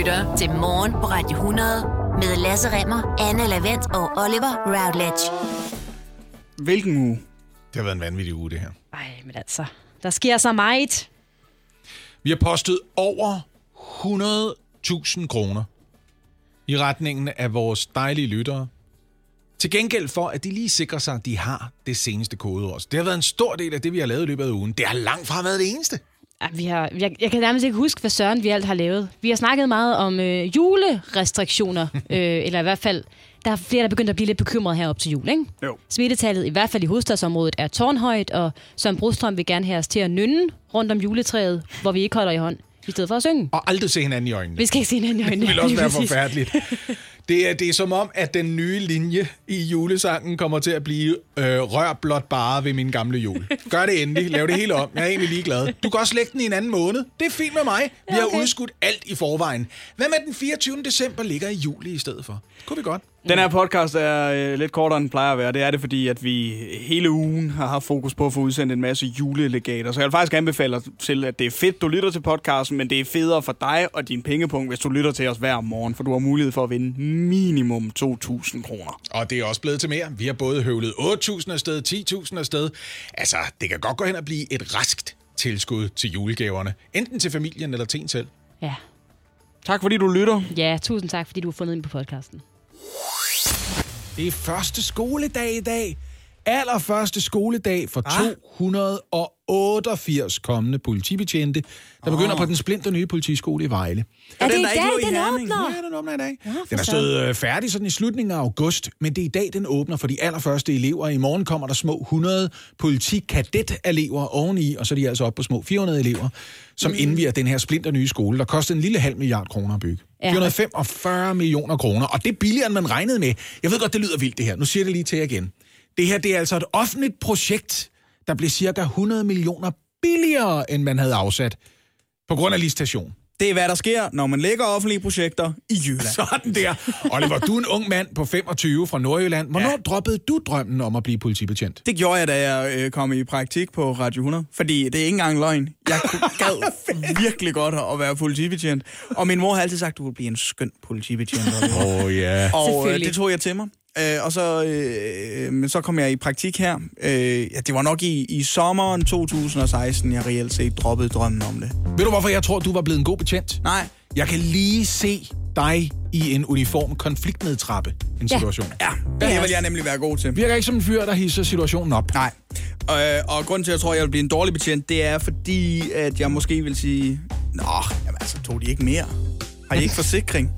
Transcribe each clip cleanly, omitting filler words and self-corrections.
lytter til Morgen på Radio 100 med Lasse Remmer, Anne Lavent og Oliver Routledge. Hvilken uge? Det har været en vanvittig uge, det her. Ej, men altså, der sker så meget. Vi har postet over 100.000 kroner i retningen af vores dejlige lyttere. Til gengæld for, at de lige sikrer sig, at de har det seneste kodeord. Det har været en stor del af det, vi har lavet i løbet af ugen. Det har langt fra været det eneste. Jeg kan nærmest ikke huske, hvad søren vi alt har lavet. Vi har snakket meget om julerestriktioner, eller i hvert fald, der er flere, der begynder at blive lidt bekymrede herop til jul, ikke? Jo. Smittetallet, i hvert fald i hovedstadsområdet, er tårnhøjt, og Søren Brostrøm vil gerne have os til at nynne rundt om juletræet, hvor vi ikke holder i hånd, i stedet for at synge. Og aldrig se hinanden i øjnene. Vi skal ikke se hinanden i øjnene. Det vil også være forfærdeligt. Det er som om, at den nye linje i julesangen kommer til at blive rør blot bare ved min gamle jul. Gør det endelig. Lav det hele om. Jeg er egentlig ligeglad. Du kan også lægge den i en anden måned. Det er fint med mig. Vi har udskudt alt i forvejen. Hvad med den 24. december ligger i juli i stedet for? Kunne vi godt. Den her podcast er lidt kortere, end den plejer at være. Det er det, fordi at vi hele ugen har haft fokus på at få udsendt en masse julelegater. Så jeg vil faktisk anbefale dig til, at det er fedt, du lytter til podcasten, men det er federe for dig og din pengepunkt, hvis du lytter til os hver morgen, for du har mulighed for at vinde minimum 2.000 kroner. Og det er også blevet til mere. Vi har både høvlet 8.000 afsted, 10.000 afsted. Altså, det kan godt gå hen og blive et raskt tilskud til julegaverne. Enten til familien eller til en selv. Ja. Tak fordi du lytter. Ja, tusind tak, fordi du har fundet ind på podcasten. Det er første skoledag i dag. Allerførste skoledag for 288 kommende politibetjente, der begynder på den splinter nye politiskole i Vejle. Er det i der dag, ikke lå i den Herning? åbner? Ja, den åbner i dag. Den er stået færdig sådan i slutningen af august, men det er i dag, den åbner for de allerførste elever. I morgen kommer der små 100 politikadet-elever oveni, og så er de altså op på små 400 elever, som indviger den her splinter nye skole, der koster en lille 500 million kroner at bygge. 445 millioner kroner, og det er billigere, end man regnede med. Jeg ved godt, det lyder vildt det her. Nu siger jeg det lige til jer igen. Det her, det er altså et offentligt projekt, der blev cirka 100 millioner billigere, end man havde afsat, på grund af licitation. Det er, hvad der sker, når man lægger offentlige projekter i Jylland. Sådan der. Oliver, du er en ung mand på 25 fra Nordjylland. Hvornår droppede du drømmen om at blive politibetjent? Det gjorde jeg, da jeg kom i praktik på Radio 100. Fordi det er ikke engang løgn. Jeg gad virkelig godt at være politibetjent. Og min mor har altid sagt, at du vil blive en skøn politibetjent. Ja. Og det tog jeg til mig. Og så kom jeg i praktik her. Det var nok i sommeren 2016, jeg reelt set droppede drømmen om det. Ved du, hvorfor jeg tror, du var blevet en god betjent? Nej. Jeg kan lige se dig i en uniform konfliktnedtrappe en situation. Ja, det vil jeg nemlig være god til. Virker ikke som en fyr, der hisser situationen op. Nej. Og grunden til, at jeg tror, at jeg vil blive en dårlig betjent, det er fordi, at jeg måske vil sige, jamen altså, tog de ikke mere? Har I ikke forsikring?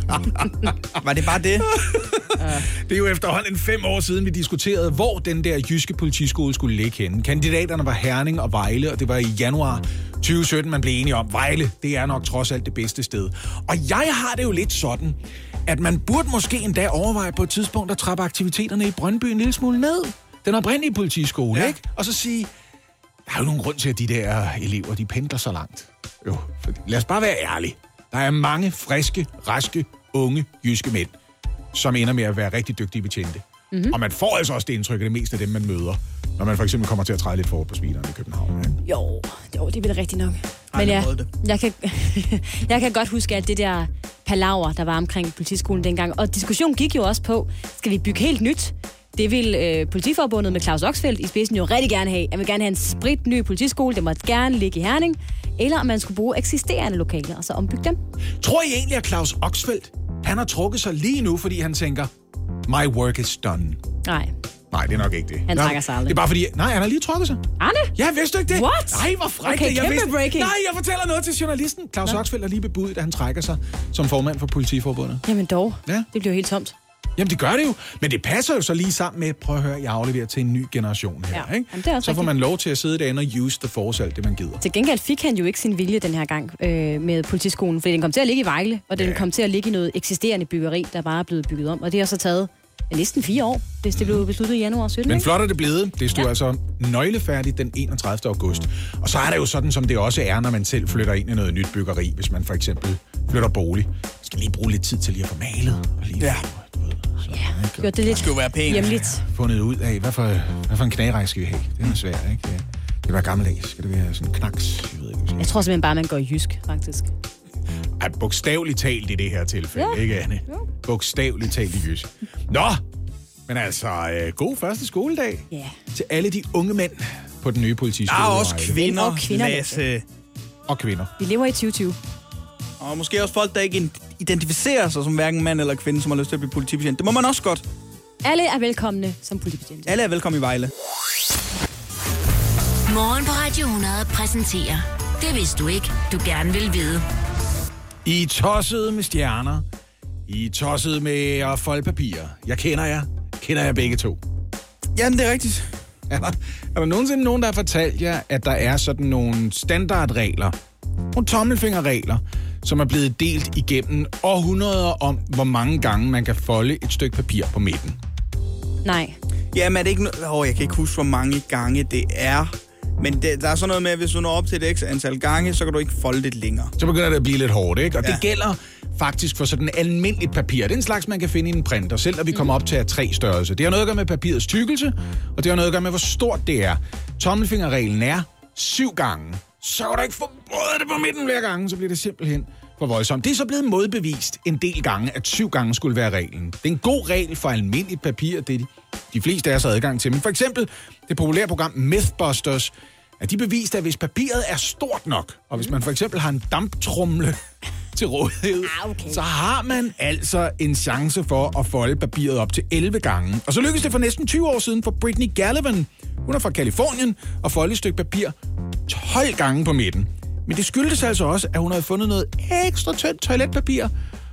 Var det bare det? Det er jo efterhånden 5 år siden, vi diskuterede, hvor den der jyske politiskole skulle ligge henne. Kandidaterne var Herning og Vejle, og det var i januar 2017, man blev enige om. Vejle, det er nok trods alt det bedste sted. Og jeg har det jo lidt sådan, at man burde måske endda overveje på et tidspunkt at trappe aktiviteterne i Brøndby en lille smule ned. Den oprindelige politiskole, ikke? Og så sige, der er jo nogen grund til, at de der elever, de pendler så langt. Jo, lad os bare være ærlige. Der er mange friske, raske, unge jyske mænd, som ender med at være rigtig dygtige betjente. Mm-hmm. Og man får altså også det indtryk af det meste af dem, man møder, når man for eksempel kommer til at træde lidt forward på speederen i København. Ikke? Jo, det er vel rigtigt nok. Men jeg kan godt huske, at det der palaver, der var omkring politiskolen dengang, og diskussionen gik jo også på, skal vi bygge helt nyt? Det vil Politiforbundet med Claus Oxfeldt i spidsen jo rigtig gerne have. Jeg vil gerne have en spritny politiskole, det måtte gerne ligge i Herning, eller om man skulle bruge eksisterende lokaler, og så ombygge dem. Tror I egentlig, at Claus Oxfeldt, han har trukket sig lige nu, fordi han tænker, my work is done? Nej, det er nok ikke det. Han trækker sig aldrig. Det er bare fordi, han har lige trukket sig. Arne? Ja, vidste du ikke det? What? Nej, hvor frækt. Okay, kæmpe breaking. Nej, jeg fortæller noget til journalisten. Claus Oxfeldt er lige bebudet, at han trækker sig som formand for Politiforbundet. Jamen dog, Ja. Det bliver helt tomt. Jamen, det gør det jo. Men det passer jo så lige sammen med, prøv at høre, jeg afleverer til en ny generation her. Ja. Ikke? Jamen, det er også så får rigtigt. man lov til at sidde derinde og use the force, alt det, man gider. Til gengæld fik han jo ikke sin vilje den her gang med politiskolen, fordi den kom til at ligge i Vejle, og den kom til at ligge i noget eksisterende byggeri, der bare er blevet bygget om. Og det har så taget næsten 4 år, hvis det blev besluttet i januar 17. Men flot er det blevet. Det stod altså nøglefærdigt den 31. august. Og så er det jo sådan, som det også er, når man selv flytter ind i noget nyt byggeri, hvis man for eksempel flytter bolig. Man skal lige bruge lidt tid til lige at få malet. Og lige gjort det lidt skal jo være pænt. hjemligt. Fundet ud af, hvad for en knagerække skal vi have. Det er svært, ikke? Det var gammeldags. Skal det være sådan knaks? Jeg ved ikke, Jeg tror simpelthen bare, man går i jysk, faktisk. Ej, bogstaveligt talt i det her tilfælde, ikke Anne? Jo. Bogstaveligt talt i jysk. Nå, men altså, god første skoledag til alle de unge mænd på den nye politiskole. Der er også kvinder, Lasse. Og kvinder. Vi lever i 2020. Og måske også folk, der ikke identificerer sig som hverken mand eller kvinde, som har lyst til at blive politibetjent. Det må man også godt. Alle er velkomne som politibetjent. Alle er velkomne i Vejle. Morgen på Radio 100 præsenterer Det vidste du ikke, du gerne vil vide. I tosset med stjerner. I tosset med at folde papirer. Jeg kender jer. Kender jeg begge to. Ja, det er rigtigt. Er der nogensinde nogen, der har fortalt jer, at der er sådan nogle standardregler, nogle tommelfingerregler, som er blevet delt igennem århundreder om, hvor mange gange man kan folde et stykke papir på midten? Nej. Jamen, er det ikke jeg kan ikke huske, hvor mange gange det er. Men der er sådan noget med, at hvis du når op til et antal gange, så kan du ikke folde det længere. Så begynder det at blive lidt hårdt, ikke? Og det gælder faktisk for sådan almindeligt papir. Det er en slags, man kan finde i en printer, selv når vi kommer op til A3-størrelse. Det har noget at gøre med papirets tykkelse, og det har noget at gøre med, hvor stort det er. Tommelfingerreglen er 7 gange. Så kan du ikke få det på midten flere gange, så bliver det simpelthen for voldsomt. Det er så blevet modbevist en del gange, at 7 gange skulle være reglen. Det er en god regel for almindeligt papir, det er de fleste af os har adgang til. Men for eksempel det populære program Mythbusters, at de beviste, at hvis papiret er stort nok, og hvis man for eksempel har en damptrumle til rådighed, så har man altså en chance for at folde papiret op til 11 gange. Og så lykkedes det for næsten 20 år siden for Brittany Gallivan. Hun er fra Californien og folde et stykke papir 12 gange på midten. Men det skyldtes altså også, at hun havde fundet noget ekstra tyndt toiletpapir.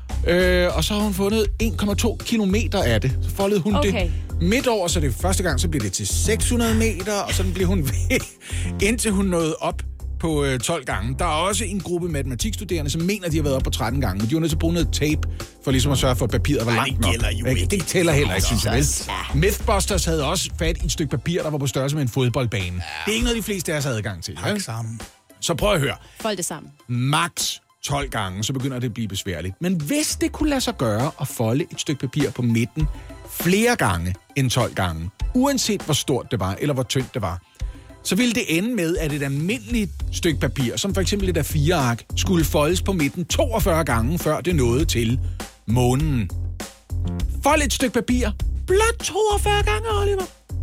Og så har hun fundet 1,2 kilometer af det. Så foldede hun det midt over, så det første gang, så blev det til 600 meter, og sådan blev hun ved, indtil hun nåede op på 12 gange. Der er også en gruppe matematikstuderende, som mener, de har været op på 13 gange, men de var nødt til at bruge noget tape, for ligesom at sørge for, at papiret var langt nok. Det tæller heller ikke, synes jeg vel. Mythbusters havde også fat i et stykke papir, der var på størrelse med en fodboldbane. Det er ikke noget, de fleste af os har adgang til. Så prøv at høre. Fold det sammen. Max 12 gange, så begynder det at blive besværligt. Men hvis det kunne lade sig gøre at folde et stykke papir på midten flere gange end 12 gange, uanset hvor stort det var, eller hvor tyndt det var, så ville det ende med, at et almindeligt stykke papir, som for eksempel et A4-ark, skulle foldes på midten 42 gange, før det nåede til månen. Fold et stykke papir blot 42 gange, Oliver.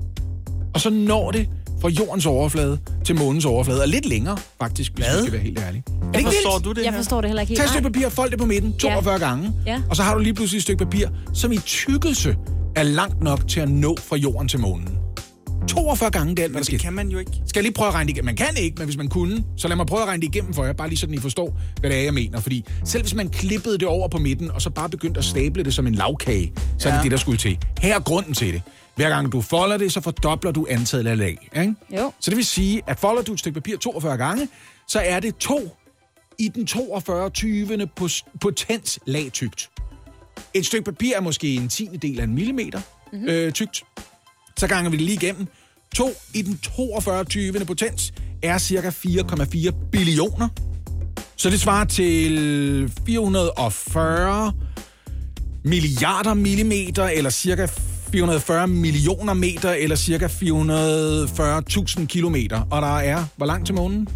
Og så når det fra jordens overflade til månens overflade, og lidt længere, faktisk, hvis vi skal være helt ærlige. Forstår du det her? Jeg forstår det heller ikke helt. Tag et stykke papir og fold det på midten 42 gange, og så har du lige pludselig et stykke papir, som i tykkelse er langt nok til at nå fra jorden til månen. 42 gange, det er alt, hvad der sker. Det kan man jo ikke. Skal jeg lige prøve at regne det igennem? Man kan ikke, men hvis man kunne, så lad mig prøve at regne det igennem for jer, bare lige sådan I forstår, hvad det er, jeg mener. Fordi selv hvis man klippede det over på midten, og så bare begyndte at stable det som en lavkage, så er det det, der skulle til. Her er grunden til det. Hver gang du folder det, så fordobler du antallet af lag. Ikke? Jo. Så det vil sige, at folder du et stykke papir 42 gange, så er det 2 i den 42. potens lag tykt. Et stykke papir er måske en 10. af en millimeter tykt. Så ganger vi det lige igennem. 2 i den 42. potens er cirka 4,4 billioner. Så det svarer til 440 milliarder millimeter, eller cirka 440 millioner meter, eller cirka 440.000 kilometer. Og der er, hvor langt til månen?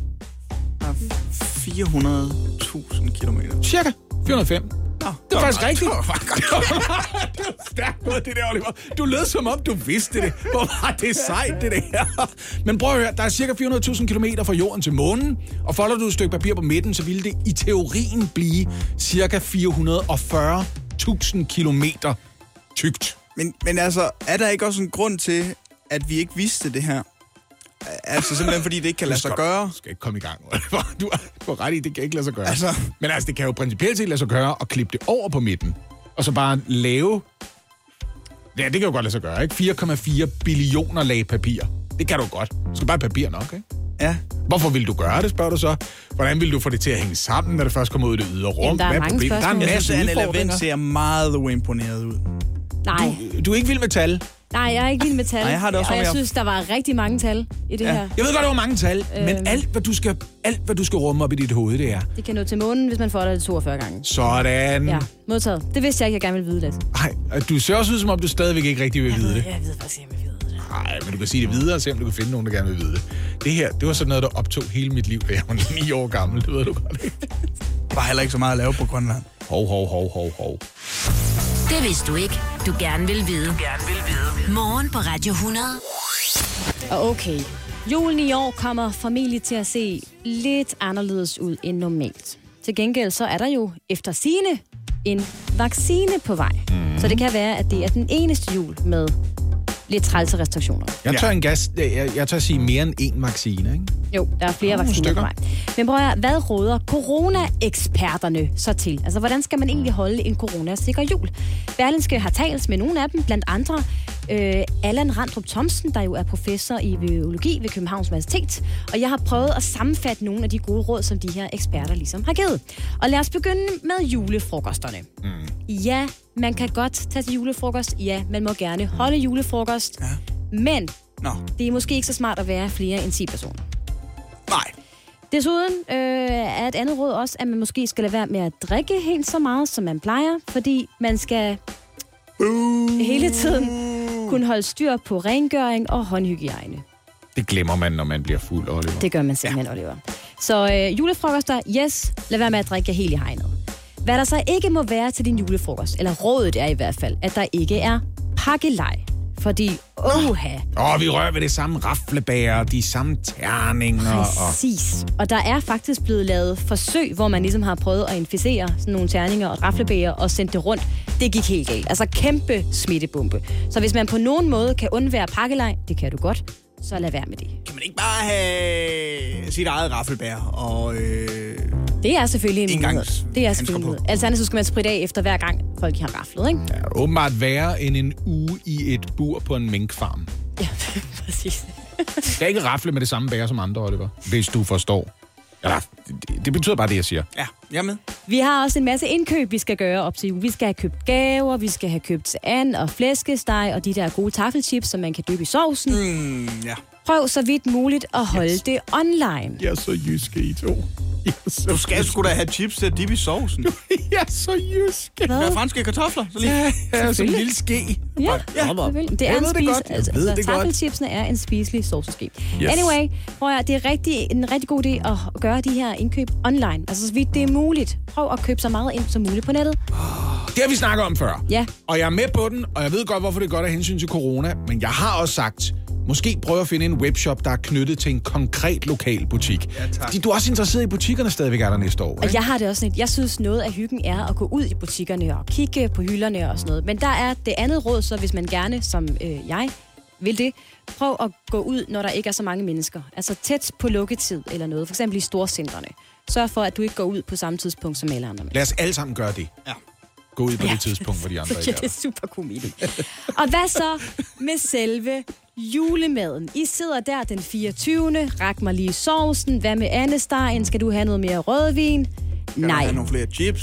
400.000 kilometer. Cirka 405. Det er faktisk rigtigt. Det var stærkt noget, det der, Oliver. Du lød som om, du vidste det. Hvor var det sejt, det der. Men prøv at høre, der er cirka 400.000 kilometer fra jorden til månen, og folder du et stykke papir på midten, så ville det i teorien blive cirka 440.000 kilometer tykt. Men altså, er der ikke også en grund til, at vi ikke vidste det her? Altså simpelthen fordi det ikke kan lade sig gøre. Du skal ikke komme i gang. Du har ret i, det kan ikke lade sig gøre. Altså. Men altså, det kan jo principielt set lade sig gøre at klippe det over på midten. Og så bare lave... Ja, det kan jo godt lade sig gøre, ikke? 4,4 billioner lag papir. Det kan du godt. Du skal bare papir nok, ikke? Ja. Hvorfor vil du gøre det, spørger du så? Hvordan vil du få det til at hænge sammen, når det først kommer ud i det ydre rum? Jamen, der er mange spørgsmål. Der er en masse udfordringer. Anne Lavend ser meget uimponeret ud. Nej. Du er ikke vild med tal? Nej, jeg er ikke vild med tal. Nej, jeg har det også, og jeg synes, der var rigtig mange tal i det her. Jeg ved godt, der var mange tal, men alt, hvad du skal rumme op i dit hoved, det er... Det kan nå til månen, hvis man får det 42 gange. Sådan. Ja, modtaget. Det vidste jeg ikke, jeg gerne ville vide det. Nej, du ser også ud, som om du stadigvæk ikke rigtig vil vide det. Jeg ved faktisk ikke, om jeg ved det. Nej, men du kan sige det videre, og se om du kan finde nogen, der gerne vil vide det. Det her, det var sådan noget, der optog hele mit liv, da jeg var 9 år gammel. Det ved du godt, ikke? bare heller ikke så meget at lave på Grønland. Hov. Det vidste du ikke. Du gerne vil vide. Morgen på Radio 100. Og okay, julen i år kommer formentlig til at se lidt anderledes ud end normalt. Til gengæld så er der jo efter sigende en vaccine på vej. Så det kan være, at det er den eneste jul med lidt trælse restriktioner. Jeg tør sige mere end én vaccine, ikke? Jo, der er flere vacciner på vej. Men prøv at, hvad råder corona-eksperterne så til? Altså, hvordan skal man egentlig holde en coronasikker jul? Berlingske har talt med nogle af dem, blandt andre Allan Randrup Thomsen, der jo er professor i biologi ved Københavns Universitet. Og jeg har prøvet at sammenfatte nogle af de gode råd, som de her eksperter ligesom har givet. Og lad os begynde med julefrokosterne. Ja, man kan godt tage til julefrokost. Ja, man må gerne holde julefrokost. Ja. Men det er måske ikke så smart at være flere end 10 personer. Nej. Desuden er et andet råd også, at man måske skal lade være med at drikke helt så meget, som man plejer. Fordi man skal hele tiden kunne holde styr på rengøring og håndhygiejne. Det glemmer man, når man bliver fuld, Oliver. Det gør man simpelthen, Oliver. Så julefrokoster, yes, lad være med at drikke helt i hegnet. Hvad der så ikke må være til din julefrokost, eller rådet er i hvert fald, at der ikke er pakkelej. Fordi, vi rører ved det samme raflebager, de samme terninger. Præcis. Og der er faktisk blevet lavet forsøg, hvor man ligesom har prøvet at inficere sådan nogle terninger og raflebager og sendt det rundt. Det gik helt galt. Altså kæmpe smittebombe. Så hvis man på nogen måde kan undvære pakkelej, det kan du godt, så lad være med det. Kan man ikke bare have sit eget raflebær og... Det er selvfølgelig en mulighed. Det er selvfølgelig en mulighed. Alternativt skal man spritte af efter hver gang folk har raflet, ikke? Ja, åbenbart værre end en uge i et bur på en minkfarm. Ja, præcis. Skal ikke rafle med det samme bær som andre, Oliver, hvis du forstår. Ja, det betyder bare det, jeg siger. Ja, jeg er med. Vi har også en masse indkøb, vi skal gøre op til jul. Vi skal have købt gaver, vi skal have købt and og flæskesteg og de der gode taffelchips, som man kan dyppe i sovsen. Ja. Prøv så vidt muligt at holde det online. Jeg er så jyske i to. Du skal sgu da have chips til at dippe i sovsen. Jeg er så jyske. Hvad? Franske kartofler? Så lige. Ja, som en lille ske. Ja, selvfølgelig. Det er en taffelchipsene er en spiselig sovseske. Yes. Anyway, prøv at, det er en rigtig god idé at gøre de her indkøb online. Altså så vidt det er muligt. Prøv at købe så meget ind som muligt på nettet. Det har vi snakket om før. Ja. Og jeg er med på den, og jeg ved godt, hvorfor det er godt af hensyn til corona. Men jeg har også sagt, måske prøve at finde en webshop, der er knyttet til en konkret lokal butik. Ja, fordi du er også interesseret i butikkerne stadigvæk er der næste år, ikke? Og jeg har det også lidt. Jeg synes, noget af hyggen er at gå ud i butikkerne og kigge på hylderne og sådan noget. Men der er det andet råd, så hvis man gerne, som jeg vil det, prøv at gå ud, når der ikke er så mange mennesker. Altså tæt på lukketid eller noget. For eksempel i storcentrene. Sørg for, at du ikke går ud på samme tidspunkt som alle andre. Lad os alle sammen gøre det. Ja. Gå ud på det tidspunkt, hvor de andre ikke er. Det er super komedie. Og hvad så med selve julemaden? I sidder der den 24. Rak mig lige sovsen. Hvad med andestegen? Skal du have noget mere rødvin? Nej. Have nogle flere chips?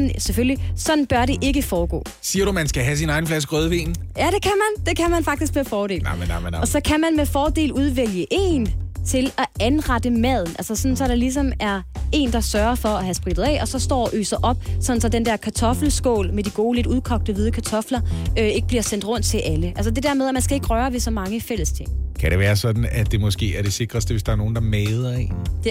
Sådan bør det ikke foregå. Siger du, man skal have sin egen flaske rødvin? Ja, det kan man. Det kan man faktisk med fordel. Nej. Og så kan man med fordel udvælge en til at anrette maden. Altså sådan, så der ligesom er en, der sørger for at have spritet af, og så står og øser op, sådan så den der kartoffelskål med de gode, lidt udkogte hvide kartofler, ikke bliver sendt rundt til alle. Altså det der med, at man skal ikke røre ved så mange fælles ting. Kan det være sådan, at det måske er det sikreste, hvis der er nogen, der mader af?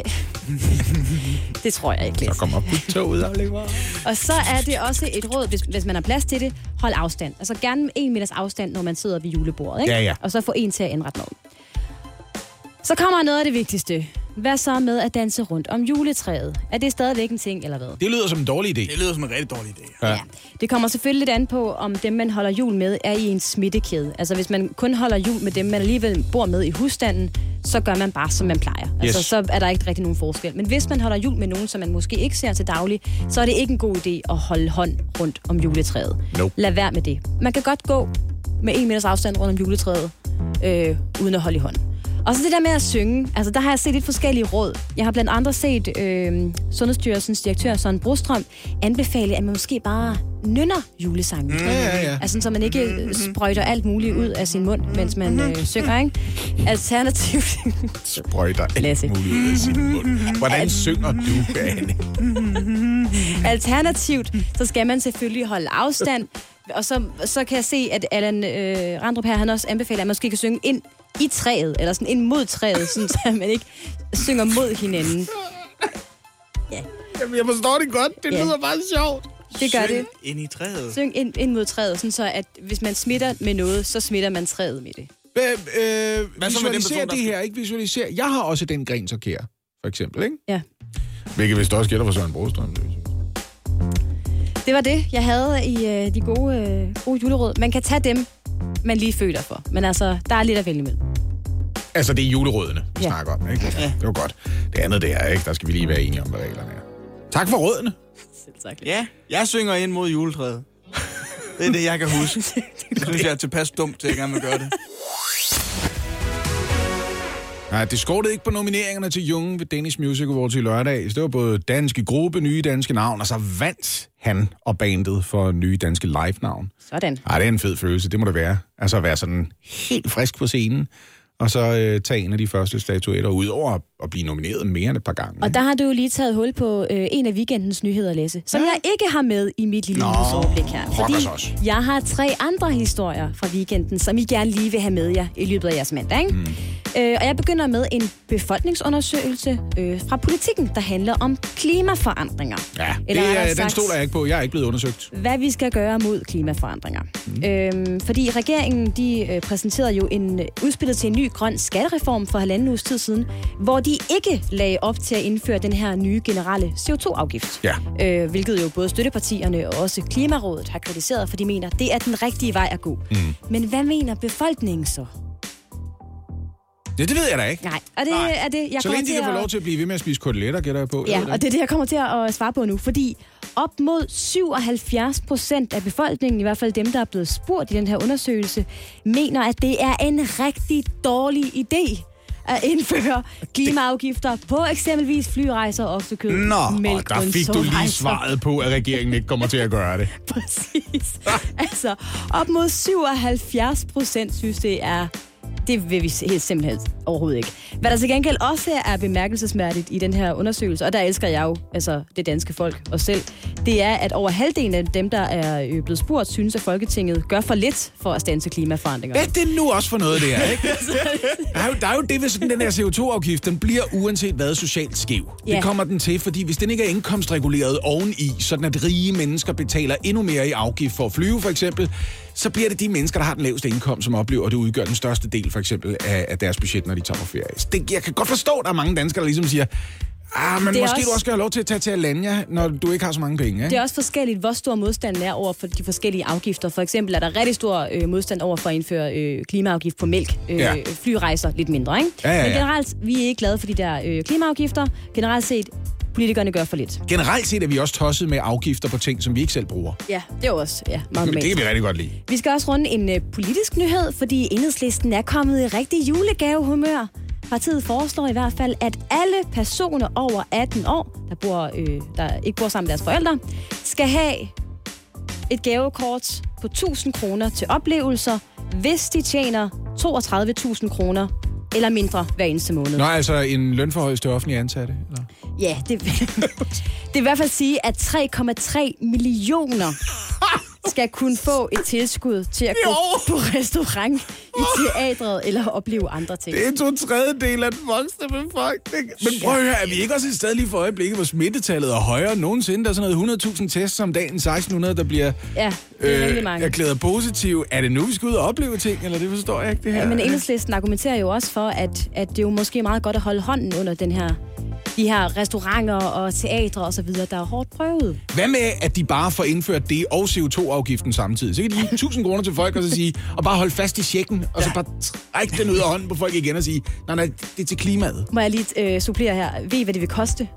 Det tror jeg ikke lidt. Så kommer på toget, Oliver. Og så er det også et råd, hvis man har plads til det, hold afstand. Altså gerne 1 meters afstand, når man sidder ved julebordet, ikke? Ja. Og så få en til at indrette maden. Så kommer noget af det vigtigste. Hvad så med at danse rundt om juletræet? Er det stadigvæk en ting, eller hvad? Det lyder som en dårlig idé. Det lyder som en rigtig dårlig idé. Ja. Det kommer selvfølgelig lidt an på, om dem, man holder jul med, er i en smittekæde. Altså, hvis man kun holder jul med dem, man alligevel bor med i husstanden, så gør man bare, som man plejer. Altså, så er der ikke rigtig nogen forskel. Men hvis man holder jul med nogen, som man måske ikke ser til daglig, så er det ikke en god idé at holde hånd rundt om juletræet. Nope. Lad være med det. Man kan godt gå med 1 meters afstand rundt om juletræet, uden at holde i hånden. Og så det der med at synge, altså der har jeg set lidt forskellige råd. Jeg har blandt andre set Sundhedsstyrelsens direktør Søren Brostrøm anbefale, at man måske bare nynner julesangen. Ja. Altså så man ikke sprøjter alt muligt ud af sin mund, mens man synger, ikke? Alternativt... Sprøjter alt muligt ud af sin mund. Hvordan synger du, Anne? Alternativt, så skal man selvfølgelig holde afstand. Og så kan jeg se, at Allan Randrup her, han også anbefaler, at man måske kan synge ind i træet, eller sådan ind mod træet, sådan, så man ikke synger mod hinanden. Ja. Jamen, jeg forstår det godt. Det lyder bare sjovt. Det gør det. Ind i træet. Syng ind mod træet, sådan så at hvis man smitter med noget, så smitter man træet med det. Visualiser det her, ikke visualiser. Jeg har også den gren så kære, for eksempel, ikke? Ja. Hvilket vist også gælder for Søren Brostrøm. Det var det, jeg havde i de gode juleråd. Man kan tage dem, man lige føler for. Men altså, der er lidt at vælge med. Altså, det er julerådene, vi snakker om, ikke? Ja. Det var godt. Det andet, det er, ikke? Der skal vi lige være enige om, hvad reglerne er. Tak for rådene. Ja, jeg synger ind mod juletræet. Det er det, jeg kan huske. Det synes jeg er tilpas dumt til, at jeg gerne vil gøre det. Nej, det skortede ikke på nomineringerne til Jungen ved Danish Music Awards i lørdag. Det var både danske gruppe, nye danske navn, og så vandt han og bandet for nye danske live-navn. Sådan. Ej, det er en fed følelse, det må det være. Altså at være sådan helt frisk på scenen, og så tage en af de første statuetter ud over at blive nomineret mere end et par gange. Og der har du jo lige taget hul på en af weekendens nyheder, Lasse, som jeg ikke har med i mit lille nyhedsoverblik her. Fordi jeg har 3 andre historier fra weekenden, som I gerne lige vil have med jer i løbet af jeres mandag, ikke? Og jeg begynder med en befolkningsundersøgelse fra Politikken, der handler om klimaforandringer. Ja, den stoler jeg ikke på. Jeg er ikke blevet undersøgt. Hvad vi skal gøre mod klimaforandringer. Fordi regeringen, de præsenterede jo udspillet til en ny grøn skattereform for 1,5 uges tid siden, hvor de ikke lagde op til at indføre den her nye generelle CO2-afgift. Ja. Hvilket jo både støttepartierne og også Klimarådet har kritiseret, for de mener, det er den rigtige vej at gå. Men hvad mener befolkningen så? Ja, det ved jeg da ikke. Nej, og det er det, jeg så længe de kan få lov til at blive ved med at spise koteletter, gætter jeg på. Ja, og det er det, jeg kommer til at svare på nu. Fordi op mod 77% af befolkningen, i hvert fald dem, der er blevet spurgt i den her undersøgelse, mener, at det er en rigtig dårlig idé at indføre klimaafgifter på eksempelvis flyrejser og oksekød. Mælk, der fik du lige svaret på, at regeringen ikke kommer til at gøre det. Præcis. Altså, op mod 77% synes, det vil vi helt simpelthen overhovedet ikke. Hvad der til gengæld også er bemærkelsesværdigt i den her undersøgelse, og der elsker jeg jo altså det danske folk og selv, det er, at over halvdelen af dem, der er blevet spurgt, synes, at Folketinget gør for lidt for at standse klimaforandringer. Ja, det er nu også for noget, det er, ikke? Der er jo det ved sådan den her CO2-afgift, den bliver uanset hvad socialt skæv. Ja. Det kommer den til, fordi hvis den ikke er indkomstreguleret oveni, sådan at rige mennesker betaler endnu mere i afgift for at flyve, for eksempel, så bliver det de mennesker, der har den laveste indkomst, som oplever, at det udgør den største del, for eksempel, af deres budget, når de tager på ferie. Jeg kan godt forstå, at der er mange danskere, der ligesom siger, men måske du også skal have lov til at tage til Alanya, når du ikke har så mange penge, ikke? Det er også forskelligt, hvor stor modstanden er over for de forskellige afgifter. For eksempel er der rigtig stor modstand over for at indføre klimaafgift på mælk. Flyrejser lidt mindre, ikke? Ja. Men generelt, vi er ikke glade for de der klimaafgifter. Generelt set, politikerne gør for lidt. Generelt set er vi også tosset med afgifter på ting, som vi ikke selv bruger. Ja, det er også meget normalt. Det kan vi rigtig godt lide. Vi skal også runde en politisk nyhed, fordi Enhedslisten er kommet i rigtig julegavehumør. Partiet foreslår i hvert fald, at alle personer over 18 år, der ikke bor sammen med deres forældre, skal have et gavekort på 1.000 kroner til oplevelser, hvis de tjener 32.000 kroner eller mindre hver eneste måned. Nå, altså en lønforhøjelse til offentlige ansatte? Eller? Ja, det vil i hvert fald sige, at 3,3 millioner skal kunne få et tilskud til at gå på restaurant, i teatret eller opleve andre ting. Det er 2/3 af den voksne befolkning. Men prøv at høre, er vi ikke også et sted lige for øjeblikket, hvor smittetallet er højere end nogensinde? Der er sådan noget 100.000 tests om dagen, 1.600, der bliver erklæret positive. Er det nu, vi skal ud og opleve ting, eller det forstår jeg ikke, det her? Ja, men Enhedslisten argumenterer jo også for, at det er jo måske meget godt at holde hånden under de her restauranter og teatre og så videre, der er hårdt prøvet. Hvad med, at de bare får indført det og CO2-afgiften samtidig? Så kan de give 1.000 kroner til folk og så sige, og bare holde fast i checken, og så bare trække den ud af hånden på folk igen og sige, nej, det er til klimaet. Må jeg lige supplere her? Ved I, hvad det vil koste?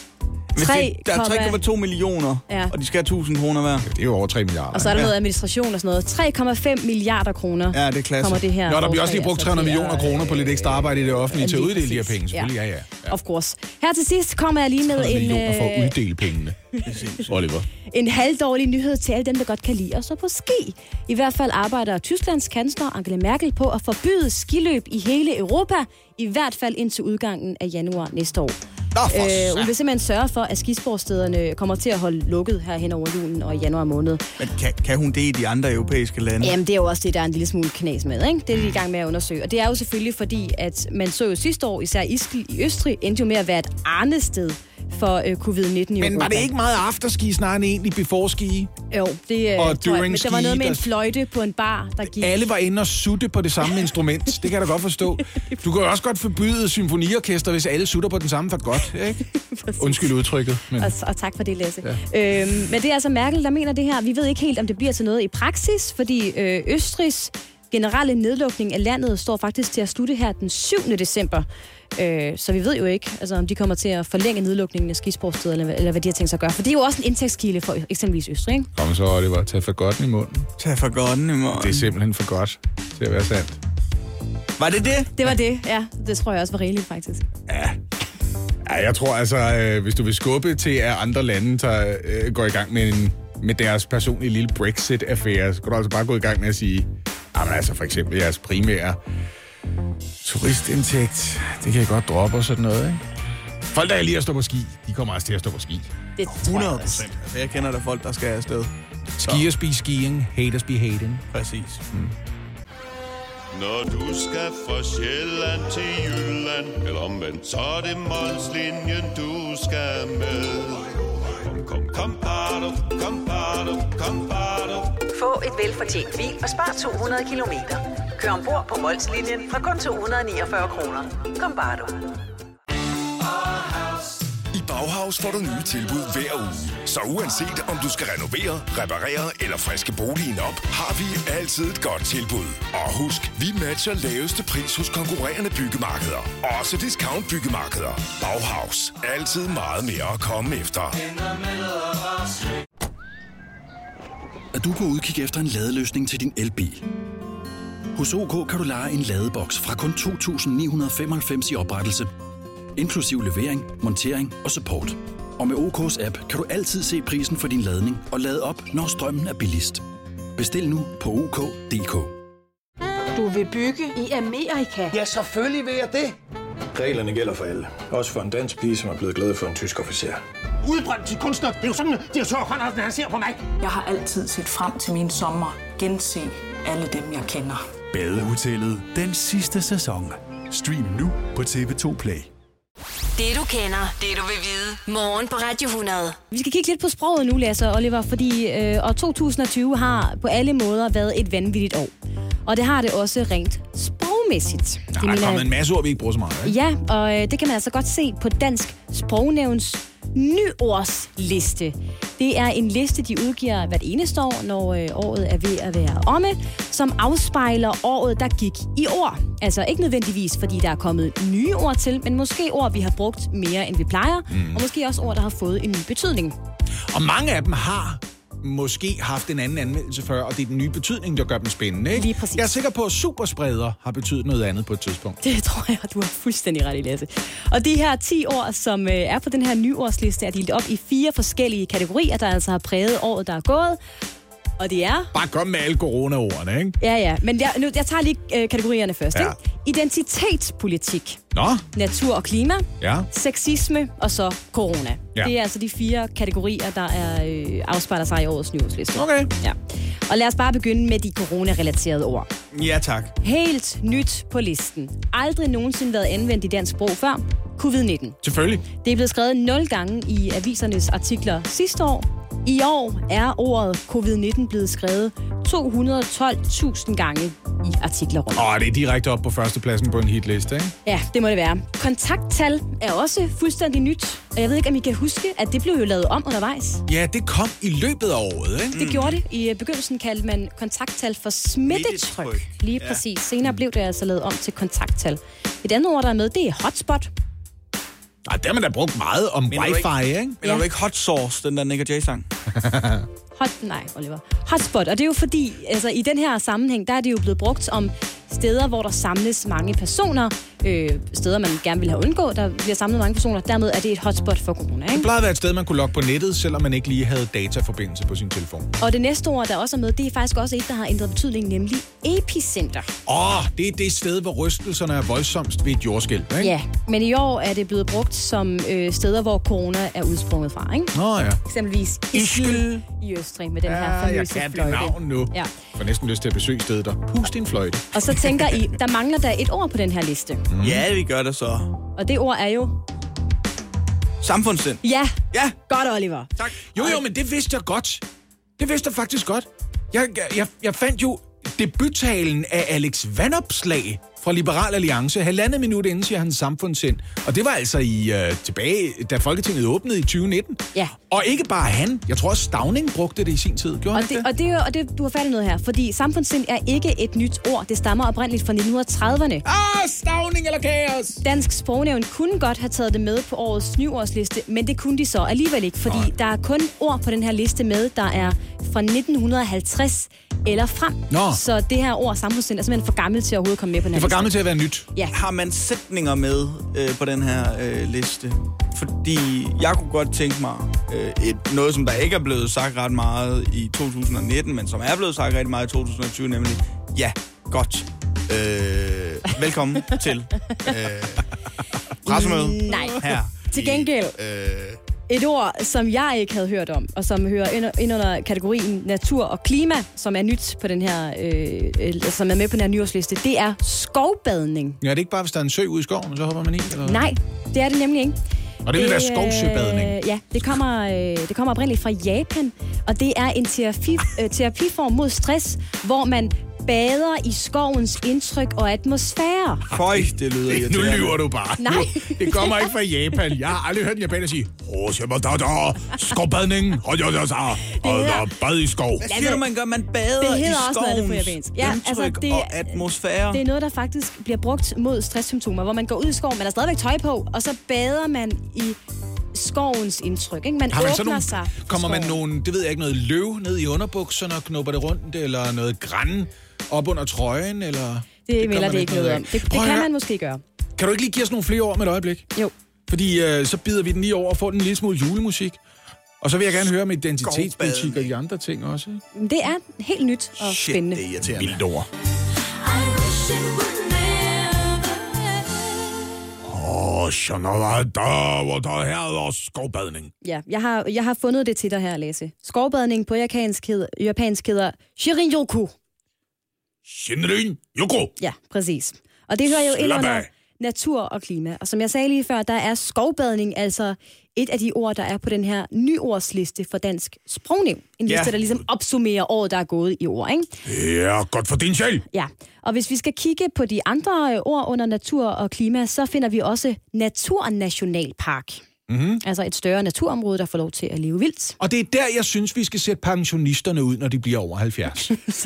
Der er 3,2 millioner, og de skal have 1.000 kroner hver. Det er jo over 3 milliarder. Og så er der noget administration og sådan noget. 3,5 milliarder kroner det er klasse. kommer det her. Nå, der bliver også lige brugt 300 millioner kroner på lidt ekstra arbejde i det offentlige til at uddele de her penge. Selvfølgelig, ja. Of course. Her til sidst kommer jeg lige med en... millioner for at uddele pengene. Oliver. En halvdårlig nyhed til alle dem, der godt kan lide at så på ski. I hvert fald arbejder Tysklands kansler Angela Merkel på at forbyde skiløb i hele Europa, i hvert fald indtil udgangen af januar næste år. Hun vil simpelthen sørge for, at skisportstederne kommer til at holde lukket her hen over julen og i januar måned. Men kan hun det i de andre europæiske lande? Jamen, det er jo også det, der er en lille smule knas med, ikke? Det er de i gang med at undersøge. Og det er jo selvfølgelig fordi, at man så jo sidste år, især i Østrig, endte jo med at være et arnested for covid-19 i Men var det ikke meget afterski, snarere end egentlig before-ski? Jo, det og tror jeg. Men der var noget med der... en fløjte på en bar, der gik... Alle var inde og sutte på det samme instrument. Det kan jeg da godt forstå. Du kan jo også godt forbyde symfoniorkester, hvis alle sutter på den samme godt, ikke? Undskyld udtrykket. Men... Og tak for det, Lasse. Ja. Men det er altså Merkel, der mener det her. Vi ved ikke helt, om det bliver til noget i praksis, fordi Østrigs generelle nedlukning af landet står faktisk til at slutte her den 7. december. Så vi ved jo ikke, altså, om de kommer til at forlænge nedlukningen af skisportsteder, eller hvad de har tænkt sig at gøre. For det er jo også en indtægtskilde for eksempelvis Østrig, ikke? Kom så, Oliver. Tag for godten i munden. Tag for godten i munden. Det er simpelthen for godt til at være sandt. Var det det? Det var det, ja. Det tror jeg også var rigeligt, faktisk. Ja, jeg tror altså, hvis du vil skubbe til, at andre lande går i gang med deres personlige lille Brexit-affære, så kan du altså bare gå i gang med at sige, jamen altså for eksempel jeres primære turistindtægt, det kan jeg godt droppe og sådan noget, ikke? Folk, der er lige at stå på ski, de kommer også til at stå på ski. Det 100%. Altså, jeg kender der folk, der skal afsted. Skiers be skiing, haters be hating. Præcis. Når du skal fra Sjælland til Jylland, eller omvendt, så er det Molslinjen, du skal med. Kom, bado, kom, bado, kom, bado. Få et velfortjent bil og spar 200 kilometer. Kør ombord på Molslinjen fra kun 249 kroner. Kom, bado. I Bauhaus får du nye tilbud hver uge. Så uanset om du skal renovere, reparere eller friske boligen op, har vi altid et godt tilbud. Og husk, vi matcher laveste pris hos konkurrerende byggemarkeder. Også discount byggemarkeder. Bauhaus. Altid meget mere at komme efter. Er du på udkig efter en ladeløsning til din elbil? Hos OK kan du leje en ladeboks fra kun 2.995 i oprettelse, inklusiv levering, montering og support. Og med OK's app kan du altid se prisen for din ladning og lade op, når strømmen er billigst. Bestil nu på OK.dk. Du vil bygge i Amerika? Ja, selvfølgelig vil jeg det. Reglerne gælder for alle. Også for en dansk pige, som er blevet glad for en tysk officer. Udbrændt til kunstner. Det er jo sådan, at direktør Conradsen, han ser på mig. Jeg har altid set frem til min sommer. Gense alle dem, jeg kender. Badehotellet den sidste sæson. Stream nu på TV2 Play. Det du kender, det du vil vide. Morgen på Radio 100. Vi skal kigge lidt på sproget nu, Lasse og Oliver, fordi år 2020 har på alle måder været et vanvittigt år. Og det har det også rent sprogmæssigt. Der er kommet en masse ord, vi ikke bruger så meget, ikke? Ja, og det kan man altså godt se på Dansk Sprognævns nyordsliste. Det er en liste, de udgiver hvert eneste år, når året er ved at være omme, som afspejler året, der gik i ord. Altså ikke nødvendigvis, fordi der er kommet nye ord til, men måske ord, vi har brugt mere, end vi plejer, og måske også ord, der har fået en ny betydning. Og mange af dem har måske haft en anden anmeldelse før, og det er den nye betydning, der gør dem spændende, ikke? Lige præcis. Jeg er sikker på, at superspreder har betydet noget andet på et tidspunkt. Det tror jeg, du har fuldstændig ret i, Lasse. Og de her 10 ord, som er på den her nyordsliste, er delt op i 4 forskellige kategorier, der altså har præget året, der er gået. Og det er... Bare kom med alle corona-ordene, ikke? Ja. Men jeg tager lige kategorierne først, ikke? Identitetspolitik. Nå. Natur og klima. Ja. Sexisme og så corona. Ja. Det er altså de 4 kategorier, der er afspejler sig i årets nyordsliste. Okay. Ja. Og lad os bare begynde med de corona-relaterede ord. Ja, tak. Helt nyt på listen. Aldrig nogensinde været anvendt i dansk sprog før. Covid-19. Selvfølgelig. Det er blevet skrevet 0 gange i avisernes artikler sidste år. I år er ordet covid-19 blevet skrevet 212.000 gange i artikler rundt. Det er direkte op på førstepladsen på en hitliste, ikke? Ja, det må det være. Kontakttal er også fuldstændig nyt. Og jeg ved ikke, om I kan huske, at det blev jo lavet om undervejs. Ja, det kom i løbet af året, ikke? Det gjorde det. I begyndelsen kaldte man kontakttal for smittetryk. Lige præcis. Senere blev det altså lavet om til kontakttal. Et andet ord, der er med, det er hotspot. Ej, det har man da brugt meget om wifi, ikke? Men er du ikke hot sauce, den der Nick Jay-sang? Nej, Oliver. Hotspot, og det er jo fordi, altså i den her sammenhæng, der er det jo blevet brugt om steder, hvor der samles mange personer. Steder, man gerne vil have undgå, der bliver samlet mange personer. Dermed er det et hotspot for corona, ikke? Det plejede at være et sted, man kunne logge på nettet, selvom man ikke lige havde dataforbindelse på sin telefon. Og det næste ord, der også er med, det er faktisk også et, der har ændret betydning, nemlig epicenter. Det er det sted, hvor rystelserne er voldsomst ved et jordskælv, ikke? Ja, men i år er det blevet brugt som steder, hvor corona er udsprunget fra, ikke? Ja. Eksempelvis Ischgl i Østrig med den her famøse fløjte. Jeg kan det navn nu. Ja. Får næsten lyst til at besøge stedet der. Pust din fløjte. Og så tænker I, der mangler der et ord på den her liste. Ja, vi gør det så. Og det ord er jo... Samfundssind. Ja. Ja. Godt, Oliver. Tak. Jo, men det vidste jeg godt. Det vidste jeg faktisk godt. Jeg fandt jo debuttalen af Alex Vanopslagh fra Liberal Alliance. 1,5 minut inden siger han samfundssind. Og det var altså tilbage, da Folketinget åbnede i 2019. Ja. Og ikke bare han. Jeg tror også Stauning brugte det i sin tid. Gjorde Og det, du har fat i noget her, fordi samfundssind er ikke et nyt ord. Det stammer oprindeligt fra 1930'erne. Stauning eller kaos! Dansk Sprognævn kunne godt have taget det med på årets nyordsliste, men det kunne de så alligevel ikke, fordi der er kun ord på den her liste med, der er fra 1950 eller frem. Så det her ord samfundssind er simpelthen for gammelt til at overhovedet komme med på den her liste. Det er for gammelt til at være nyt. Ja. Har man sætninger med på den her liste? Fordi jeg kunne godt tænke mig noget, som der ikke er blevet sagt ret meget i 2019, men som er blevet sagt ret meget i 2020, nemlig, ja, godt. Velkommen til pressemødet. Nej. Her. Til gengæld, et ord, som jeg ikke havde hørt om, og som hører ind under kategorien natur og klima, som er nyt på den her, som er med på den her nyårsliste, det er skovbadning. Ja, det er ikke bare, hvis der er en sø ude i skoven, så hopper man i? Eller? Nej, det er det nemlig ikke. Og det vil være skovsøbadning? Ja, det kommer oprindeligt fra Japan, og det er en terapiform mod stress, hvor man bader i skovens indtryk og atmosfære. Føj, det lyder irriterende. Nu lyver du bare. Nej. Det kommer ikke fra Japan. Jeg har aldrig hørt en japaner sige, skovbadning, bad i skov. Hvad siger du, man gør? Man bader i skovens indtryk og atmosfære. Det er noget, der faktisk bliver brugt mod stresssymptomer, hvor man går ud i skoven, man har stadigvæk tøj på, og så bader man i skovens indtryk. Ikke? Man åbner sig. Kommer man det ved jeg ikke, noget løv ned i underbukserne og knupper det rundt, eller noget græn op under trøjen, eller... Det melder det ikke noget om. Det kan man måske gøre. Kan du ikke lige give os nogle flere ord med et øjeblik? Jo. Fordi så bider vi den lige over og får den en lille smule julemusik. Og så vil jeg gerne høre om identitetspolitik og de andre ting også. Ikke? Det er helt nyt og spændende. Det er irriterende. Vildt ord. Der er skovbadning. Ja, jeg har fundet det til dig her, Lasse. Skovbadning på japansk hedder Shinrin-yoku. Shinrin-yoku? Ja, præcis. Og det hører jo ind under natur og klima. Og som jeg sagde lige før, der er skovbadning altså et af de ord, der er på den her nyordsliste for Dansk Sprognævn. En liste, der ligesom opsummerer året, der er gået i ord, ikke? Ja, godt for din sjæl. Ja, og hvis vi skal kigge på de andre ord under natur og klima, så finder vi også Naturnationalpark. Mm-hmm. Altså et større naturområde, der får lov til at leve vildt. Og det er der, jeg synes, vi skal sætte pensionisterne ud, når de bliver over 70. Så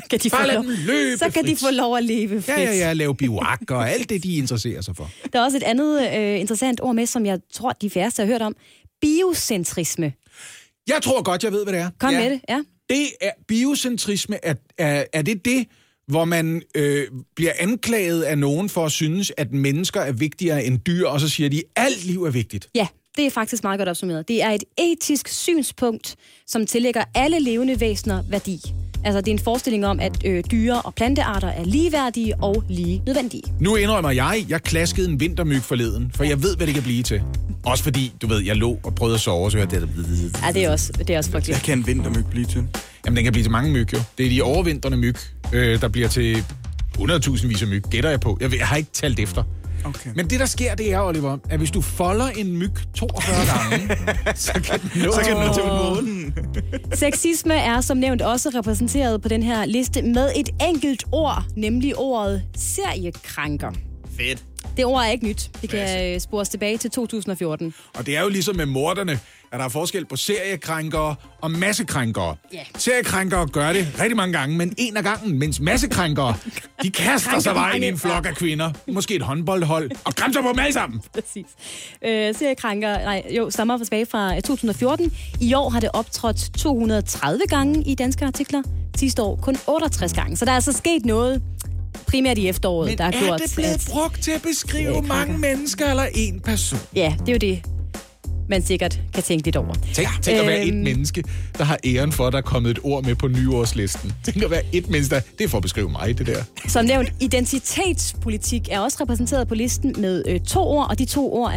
kan de få lov at leve frit. Ja, lave bivak og alt det, de interesserer sig for. Der er også et andet interessant ord med, som jeg tror, de færreste har hørt om. Biocentrisme. Jeg tror godt, jeg ved, hvad det er. Kom med det, ja. Det er biocentrisme. Er det, hvor man bliver anklaget af nogen for at synes, at mennesker er vigtigere end dyr, og så siger de, at alt liv er vigtigt? Ja. Det er faktisk meget godt opsummeret. Det er et etisk synspunkt, som tillægger alle levende væsener værdi. Altså, det er en forestilling om, at dyre- og plantearter er ligeværdige og lige nødvendige. Nu indrømmer jeg klaskede en vintermyg forleden, for jeg ved, hvad det kan blive til. Også fordi, du ved, jeg lå og prøvede at sove, så hørte det. Ja, det er også frygteligt. Hvad kan en vintermyg blive til? Jamen, den kan blive til mange myg, jo. Det er de overvintrende myg, der bliver til 100.000 vis af myg, gætter jeg på. Jeg har ikke talt efter. Okay. Men det, der sker, det er, Oliver, at hvis du folder en myg 42 gange, så kan den nå til månen. Sexisme er som nævnt også repræsenteret på den her liste med et enkelt ord, nemlig ordet seriekrænker. Fedt. Det ord er ikke nyt. Det kan spores tilbage til 2014. Og det er jo ligesom med morderne, at der er forskel på seriekrænkere og massekrænkere. Yeah. Seriekrænkere gør det rigtig mange gange, men en af gangen, mens massekrænkere, de kaster sig vejen i en flok af kvinder, måske et håndboldhold, og græmser på dem alle sammen. Præcis. Seriekrænkere, stammer tilbage fra 2014. I år har det optrådt 230 gange i danske artikler. Sidste år kun 68 gange. Så der er altså sket noget primært i efteråret, men der har gjort... Men er det blevet brugt til at beskrive mange mennesker eller en person? Ja, det er jo det, man sikkert kan tænke lidt over. Tænk at være et menneske, der har æren for, at der er kommet et ord med på nyårslisten. Tænk at være et menneske, det er for at beskrive mig, det der. Som nævnt, identitetspolitik er også repræsenteret på listen med 2 ord, og de 2 ord er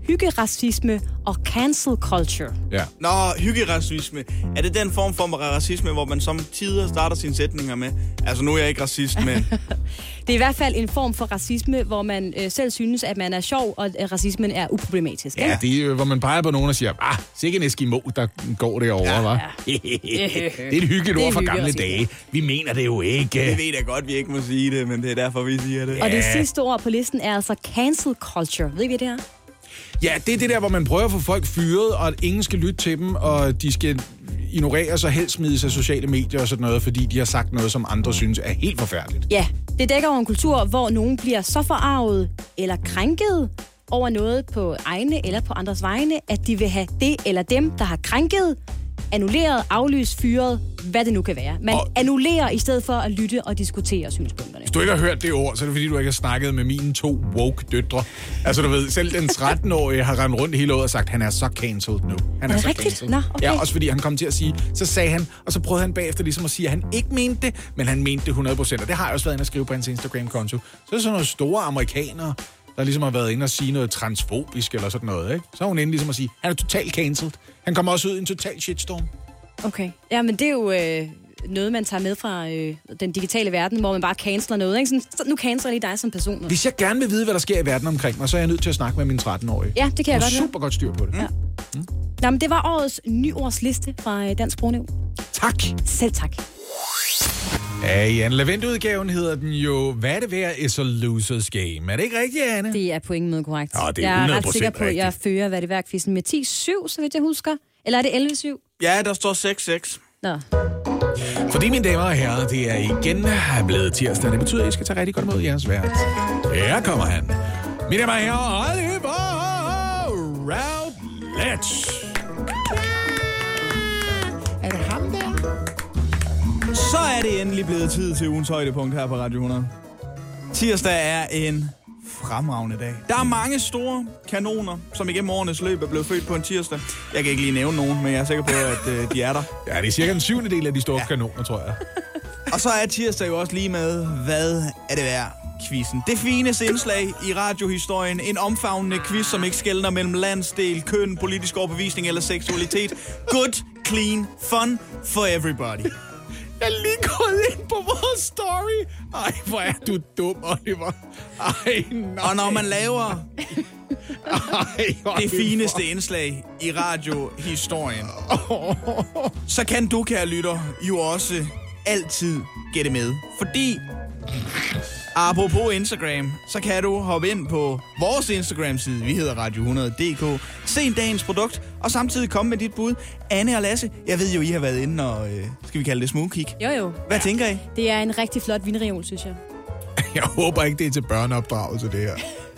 hyggeracisme og cancel culture. Ja. Nå, hyggeracisme. Er det den form for racisme, hvor man som tider starter sine sætninger med? Altså, nu er jeg ikke racist, men... Det er i hvert fald en form for racisme, hvor man selv synes, at man er sjov, og at racismen er uproblematisk. Ja, det er hvor man peger på nogen og siger, sikke en Eskimo, der går derovre, hva'? Ja. Det er et hyggeligt ord fra gamle dage. Vi mener det jo ikke. Vi ved da godt, vi ikke må sige det, men det er derfor, vi siger det. Og det sidste ord på listen er altså cancel culture. Ved I, hvad det her? Ja, det er det der, hvor man prøver at få folk fyret, og at ingen skal lytte til dem, og de skal ignoreres og helst smides af sociale medier og sådan noget, fordi de har sagt noget, som andre synes er helt forfærdeligt. Ja, det dækker over en kultur, hvor nogen bliver så forarvet eller krænket over noget på egne eller på andres vegne, at de vil have det eller dem, der har krænket, annulleret, aflyst, fyret, hvad det nu kan være. Man annullerer i stedet for at lytte og diskutere synspunkterne. Hvis du ikke har hørt det ord, så er det fordi, du ikke har snakket med mine 2 woke døtre. Altså du ved, selv den 13-årige har rendt rundt hele året og sagt, at han er så cancelled nu. Han er så rigtigt? Cancelled. Nå, okay. Ja, også fordi han kom til at sige, så sagde han, og så prøvede han bagefter ligesom at sige, at han ikke mente det, men han mente det 100%. Og det har jeg også været inde at skrive på hans Instagram-konto. Så er det sådan nogle store amerikanere, der ligesom har været inde og sige noget transfobisk eller sådan noget, ikke? Så er hun inde ligesom at sige, han er totalt cancelled. Han kommer også ud i en total shitstorm. Okay. Ja, men det er jo noget, man tager med fra den digitale verden, hvor man bare canceler noget, ikke? Så nu canceler lige dig som person. Hvis jeg gerne vil vide, hvad der sker i verden omkring mig, så er jeg nødt til at snakke med min 13-årige. Ja, det kan jeg godt høre. Super godt styr på det. Ja. Nå, men det var årets nyordsliste fra Dansk Sprognævn. Tak. Selv tak. Ja, i Anne Lavend-udgaven hedder den jo, hvad er det værd is a loser's game. Er det ikke rigtigt, Anne? Det er på ingen måde korrekt. Det er 100% jeg er ret sikker på, at jeg rigtigt. fører, hvad det værd-quizzen med 10-7, så vidt jeg husker. Eller er det 11-7? Ja, der står 6-6. Nå. Fordi, mine damer og herrer, det er igen blevet tirsdag. Det betyder, at I skal tage rigtig godt imod jeres vært. Her kommer han. Mine damer og herrer, Oliver Routledge. Er det ham der? Så er det endelig blevet tid til ugens højdepunkt her på Radio 100. Tirsdag er en fremragende dag. Der er mange store kanoner, som igennem årenes løb er blevet født på en tirsdag. Jeg kan ikke lige nævne nogen, men jeg er sikker på, at de er der. Ja, det er cirka en 7. af de store kanoner, tror jeg. Og så er tirsdag jo også lige med, hvad er det værd? Quizzen. Det fineste indslag i radiohistorien. En omfavnende quiz, som ikke skelner mellem landsdel, køn, politisk overbevisning eller seksualitet. Good, clean, fun for everybody. Jeg er lige gået ind på vores story. Ej, hvor er du dum, Oliver. Ej, nej. Og når man laver det fineste indslag i radiohistorien, så kan du, kære lytter, jo også altid gætte med. Fordi, apropos Instagram, så kan du hoppe ind på vores Instagram-side, vi hedder Radio100.dk, se dagens produkt, og samtidig komme med dit bud. Anne og Lasse, jeg ved jo, I har været inde og, skal vi kalde det smugkig? Jo. Hvad tænker I? Det er en rigtig flot vinreol, synes jeg. Jeg håber ikke, det er til børneopdragelse, det her.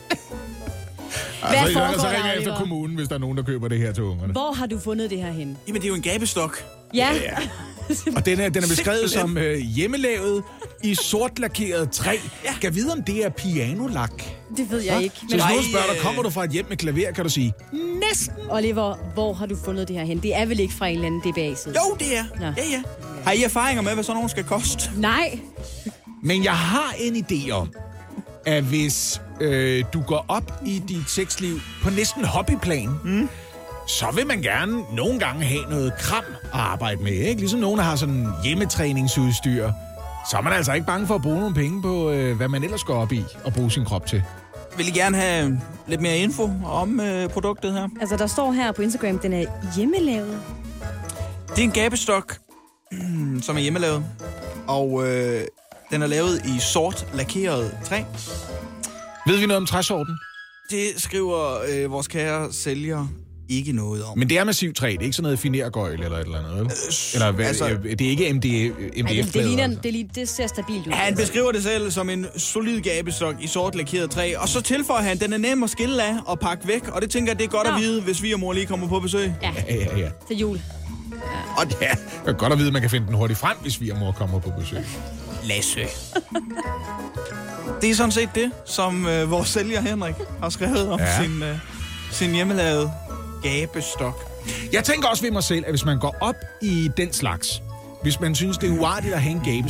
Hvad foregår så der, ringer jeg efter Oliver? kommunen, hvis der er nogen, der køber det her til ungerne. Hvor har du fundet det her henne? Jamen, det er jo en gabestok. Ja. Og den er beskrevet som hjemmelavet i sortlakeret træ. Ja. Kan vide, om det er pianolak? Det ved jeg ikke. Så hvis nogen spørger dig, kommer du fra et hjem med klaver, kan du sige, næsten. Oliver, hvor har du fundet det her hen? Det er vel ikke fra en eller anden DBA-side? Jo, det er. Nå. Ja. Har I erfaringer med, hvad sådan nogen skal koste? Nej. Men jeg har en idé om, at hvis du går op i dit sexliv på næsten hobbyplan, så vil man gerne nogle gange have noget kram at arbejde med, ikke? Ligesom nogen, der har sådan hjemmetræningsudstyr. Så er man altså ikke bange for at bruge nogle penge på, hvad man ellers går op i og bruge sin krop til. Vil I gerne have lidt mere info om produktet her? Altså, der står her på Instagram, den er hjemmelavet. Det er en gabestok, som er hjemmelavet. Og den er lavet i sort lakeret træ. Ved vi noget om træsorten? Det skriver vores kære sælger ikke noget om. Men det er massivt træ, det er ikke sådan noget finergøjl eller et eller andet, eller? Eller hvad, altså, det er ikke MDF-plader? Det ser stabilt ud. Han beskriver det selv som en solid gabestok i sort lakeret træ, og så tilføjer han, den er nem at skille af og pakke væk, og det tænker jeg, det er godt at vide, hvis vi og mor lige kommer på besøg. Ja. Til jul. Og det er godt at vide, at man kan finde den hurtigt frem, hvis vi og mor kommer på besøg. Lasse. Det er sådan set det, som vores sælger Henrik har skrevet om sin hjemmelavede gabestok. Jeg tænker også ved mig selv, at hvis man går op i den slags, hvis man synes, det er uartigt at have en gabestok,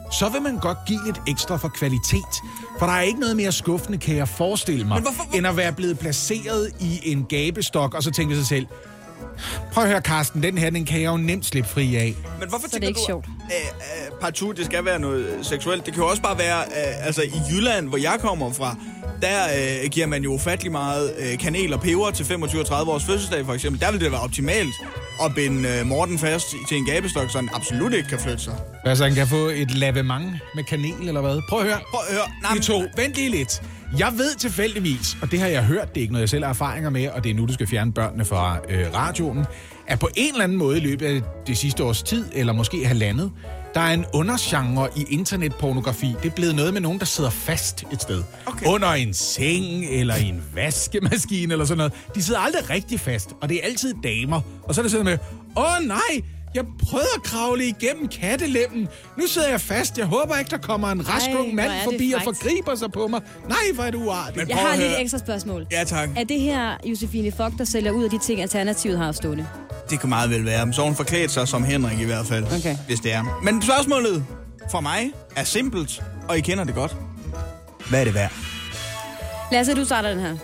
så vil man godt give lidt ekstra for kvalitet. For der er ikke noget mere skuffende, kan jeg forestille mig, end at være blevet placeret i en gabestok, og så tænke sig selv, prøv at høre, Carsten, den her, den kan jeg jo nemt slippe fri af. Men hvorfor så det er ikke sjovt. Partout, det skal være noget seksuelt. Det kan jo også bare være, altså i Jylland, hvor jeg kommer fra, der giver man jo ufattelig meget kanel og peber til 25-30 års fødselsdag, for eksempel. Der vil det være optimalt at binde Morten fast til en gabestok, så han absolut ikke kan flytte sig. Altså, han kan få et lavement med kanel, eller hvad? Prøv at høre. I to, vent lige lidt. Jeg ved tilfældigvis, og det har jeg hørt, det er ikke noget, jeg selv har erfaringer med, og det er nu, du skal fjerne børnene fra radioen, at på en eller anden måde i løbet af det sidste års tid, eller måske halvandet, der er en undergenre i internetpornografi. Det er blevet noget med nogen, der sidder fast et sted. Okay. Under en seng, eller i en vaskemaskine, eller sådan noget. De sidder aldrig rigtig fast, og det er altid damer. Og så er det sådan med, nej, jeg prøvede at kravle igennem kattelemmen. Nu sidder jeg fast. Jeg håber ikke, der kommer en rask ung mand forbi og forgriber sig på mig. Nej, hvor er det uartigt. Jeg har lige et ekstra spørgsmål. Ja, tak. Er det her Josefine Fock, der sælger ud af de ting, Alternativet har stående? Det kan meget vel være. Så hun forklædt sig som Henrik i hvert fald, okay. Hvis det er. Men spørgsmålet for mig er simpelt, og I kender det godt. Hvad er det værd? Lasse, du starter den her.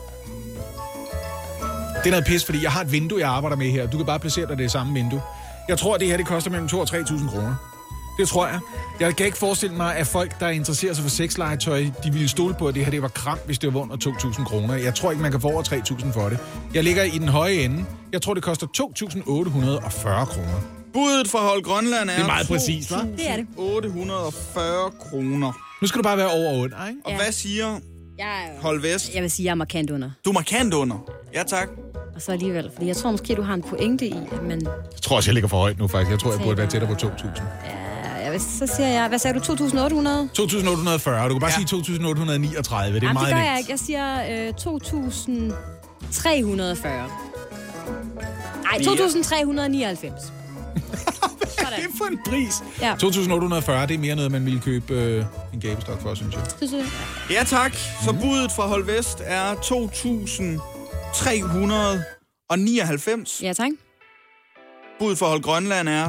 Det er noget pis, fordi jeg har et vindue, jeg arbejder med her. Du kan bare placere dig det samme vindue. Jeg tror, det her det koster mellem 2.000 og 3.000 kroner. Det tror jeg. Jeg kan ikke forestille mig, at folk, der interesserer sig for sexlegetøj, de ville stole på, at det her det var kram, hvis det var under 2.000 kroner. Jeg tror ikke, man kan få over 3.000 for det. Jeg ligger i den høje ende. Jeg tror, det koster 2.840 kroner. Budet for Hold Grønland er... Det er meget præcist, hva'? Det er det. 840 kroner. Nu skal du bare være over og under, ikke? Og hvad siger Hold Vest? Jeg vil sige, jeg er markant under. Du er markant under? Ja, tak. Og så alligevel, fordi jeg tror måske, du har en pointe i, men... Jeg tror også, jeg ligger for højt nu, faktisk. Jeg tror, jeg burde være tættere på 2.000. Ja, så siger jeg... Hvad sagde du? 2.800? 2.840. Du kan bare sige 2.839. Det er meget nemt. Det gør jeg ikke. Jeg siger 2.340. Nej, 2.399. Hvad er det for en pris? Ja. 2.840, det er mere noget, man ville købe en gabestok for, synes jeg. Ja, tak. Så budet fra Hold Vest er 2.399. Ja, tak. Budet for Hold Grønland er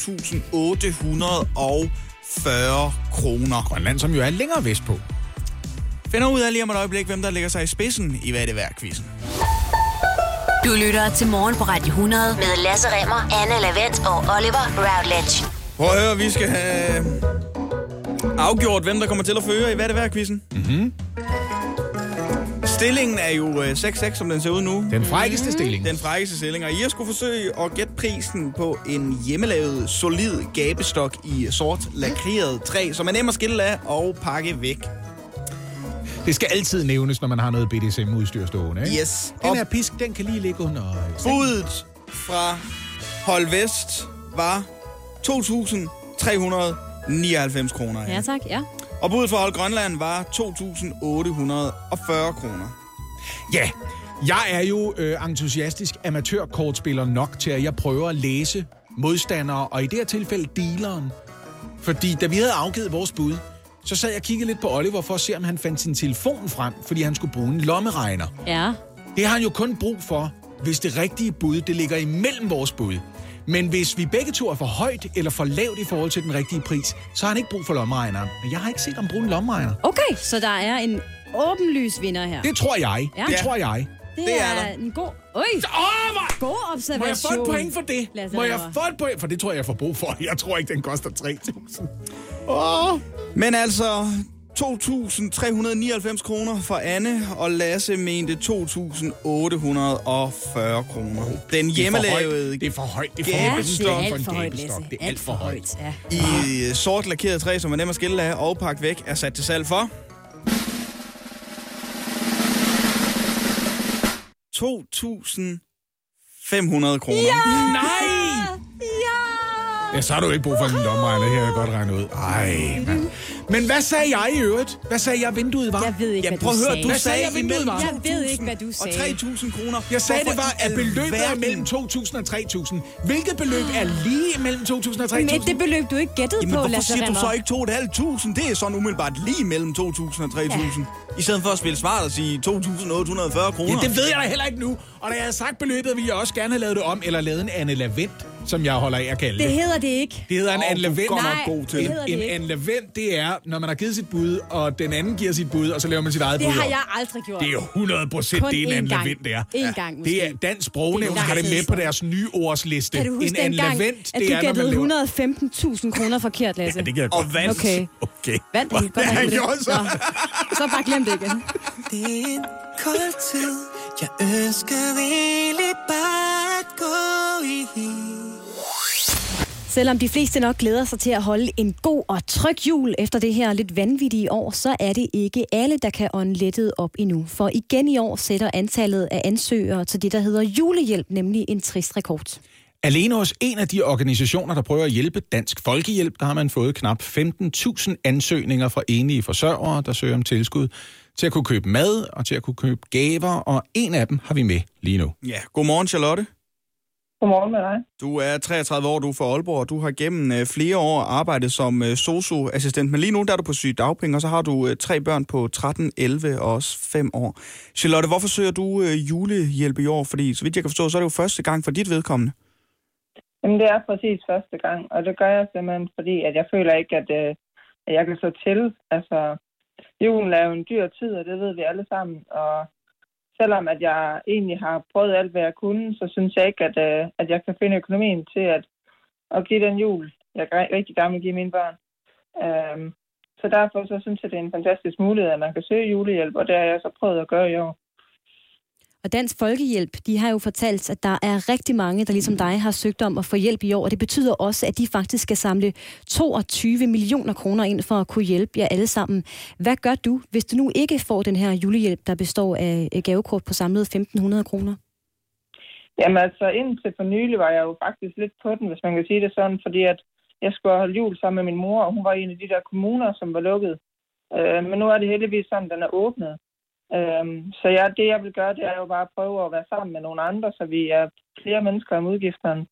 2.840 kroner. Grønland, som jo er længere vestpå. Finder ud af lige om et øjeblik, hvem der ligger sig i spidsen i Hvad er det værd-quizzen. Du lytter til Morgen på Radio 100 med Lasse Remmer, Anne Lavent og Oliver Routledge. Prøv at høre, vi skal have afgjort, hvem der kommer til at føre i Hvad er det værd-quizzen. Mhm. Stillingen er jo 6-6, som den ser ud nu. Den frækkeste stilling. Den frækkeste stilling. Og I har skulle forsøge at gætte prisen på en hjemmelavet, solid gabestok i sort lakreret træ, som er nem at skille af og pakke væk. Det skal altid nævnes, når man har noget BDSM-udstyr stående, ikke? Yes. Den her pisk, den kan lige ligge under... Budet fra Hold Vest var 2.399 kroner. Ja, tak. Ja. Og budet fra Hold Grønland var 2.840 kroner. Ja, jeg er jo entusiastisk amatørkortspiller nok til, at jeg prøver at læse modstandere, og i det her tilfælde dealeren. Fordi da vi havde afgivet vores bud, så sad jeg og kiggede lidt på Oliver for at se, om han fandt sin telefon frem, fordi han skulle bruge en lommeregner. Ja. Det har han jo kun brug for, hvis det rigtige bud, det ligger imellem vores bud. Men hvis vi begge to er for højt eller for lavt i forhold til den rigtige pris, så har han ikke brug for lommeregneren. Men jeg har ikke set ham bruge en lommeregner. Okay, så der er en åbenlys vinder her. Det tror jeg. Ja. Det tror jeg. Det er en god... God observation. Må jeg få et point for det? Må jeg få et point? For det tror jeg får brug for. Jeg tror ikke, den koster 3.000. Men altså... 2.399 kroner for Anne, og Lasse mente 2.840 kroner. Den hjemmelavede... Det er for højt. Det er alt for højt, Lasse. Det er alt for højt. Ja. I sort lakeret træ, som er nem at skille af og pakke væk, er sat til salg for... 2.500 kroner. Ja! Nej! Ja! Ja, så har du ikke brug for en lommeregner, det her jeg godt regne ud. Ej, mand. Men hvad sagde jeg i øvrigt? Hvad sagde jeg, vinduet var? Jeg ved ikke, hvad prøv du at høre, sagde. du sagde vinduet var? Jeg ved ikke, hvad du sagde. Og 3.000 kroner. Jeg sagde, det var, at beløbet er mellem 2.000 og 3.000. Hvilket beløb er lige mellem 2.000 og 3.000? Men det beløb, du ikke gættede Jamen, på, hvorfor Lasse siger du Rimmer? så ikke 2.500? Det er sådan umiddelbart lige mellem 2.000 og 3.000. I stedet for at spille smart og sige 2.840 kroner. Ja, det ved jeg da heller ikke nu. Og da jeg havde sagt beløbet, ville jeg også gerne have lavet det om, eller lavet en Anne Lavent, som jeg holder af at kalde det. Det hedder det ikke. Det hedder en Anne Lavent. En Anne Lavent, det er, når man har givet sit bud, og den anden giver sit bud, og så laver man sit eget bud. Det har jeg aldrig gjort. Det er jo 100% det, en Anne Lavent er. En gang måske. Det er Dansk Sprognævn, har det med på deres nye ordsliste. Kan du huske en den gang, Lavent, at du gættede 115.000 kroner forkert, Lasse? Ja, det kan jeg godt. Og vandt. Okay. Vandt helt godt. Ja, gjorde så. Så bare glem det igen. Det er en kold tid. Jeg ønsker egentlig bare at gå i. Selvom de fleste nok glæder sig til at holde en god og tryg jul efter det her lidt vanvittige år, så er det ikke alle, der kan ånde lettet op endnu. For igen i år sætter antallet af ansøgere til det, der hedder julehjælp, nemlig en trist rekord. Alene hos en af de organisationer, der prøver at hjælpe, Dansk Folkehjælp, der har man fået knap 15.000 ansøgninger fra enlige forsørgere, der søger om tilskud til at kunne købe mad og til at kunne købe gaver, og en af dem har vi med lige nu. Ja, godmorgen Charlotte. Godmorgen med dig. Du er 33 år, du er fra Aalborg, og du har gennem flere år arbejdet som sosu-assistent, men lige nu der er du på sygedagpenge, og så har du 3 børn på 13, 11 og også 5 år. Charlotte, hvorfor søger du julehjælp i år? Fordi så vidt jeg kan forstå, så er det jo første gang for dit vedkommende. Jamen det er præcis første gang, og det gør jeg simpelthen, fordi at jeg føler ikke, at jeg kan slå til. Altså, julen er jo en dyr tid, og det ved vi alle sammen, og selvom at jeg egentlig har prøvet alt, hvad jeg kunne, så synes jeg ikke, at jeg kan finde økonomien til at give den jul, jeg rigtig gerne vil give mine børn. Så derfor så synes jeg, det er en fantastisk mulighed, at man kan søge julehjælp, og det har jeg så prøvet at gøre i år. Og Dansk Folkehjælp, de har jo fortalt, at der er rigtig mange, der ligesom dig har søgt om at få hjælp i år, og det betyder også, at de faktisk skal samle 22 millioner kroner ind for at kunne hjælpe jer alle sammen. Hvad gør du, hvis du nu ikke får den her julehjælp, der består af gavekort på samlet 1.500 kroner? Jamen altså, indtil for nylig var jeg jo faktisk lidt på den, hvis man kan sige det sådan, fordi at jeg skulle holde jul sammen med min mor, og hun var en af de der kommuner, som var lukket. Men nu er det heldigvis sådan, den er åbnet. Så det jeg vil gøre, det er jo bare at prøve at være sammen med nogle andre, så vi er flere mennesker om udgifterne.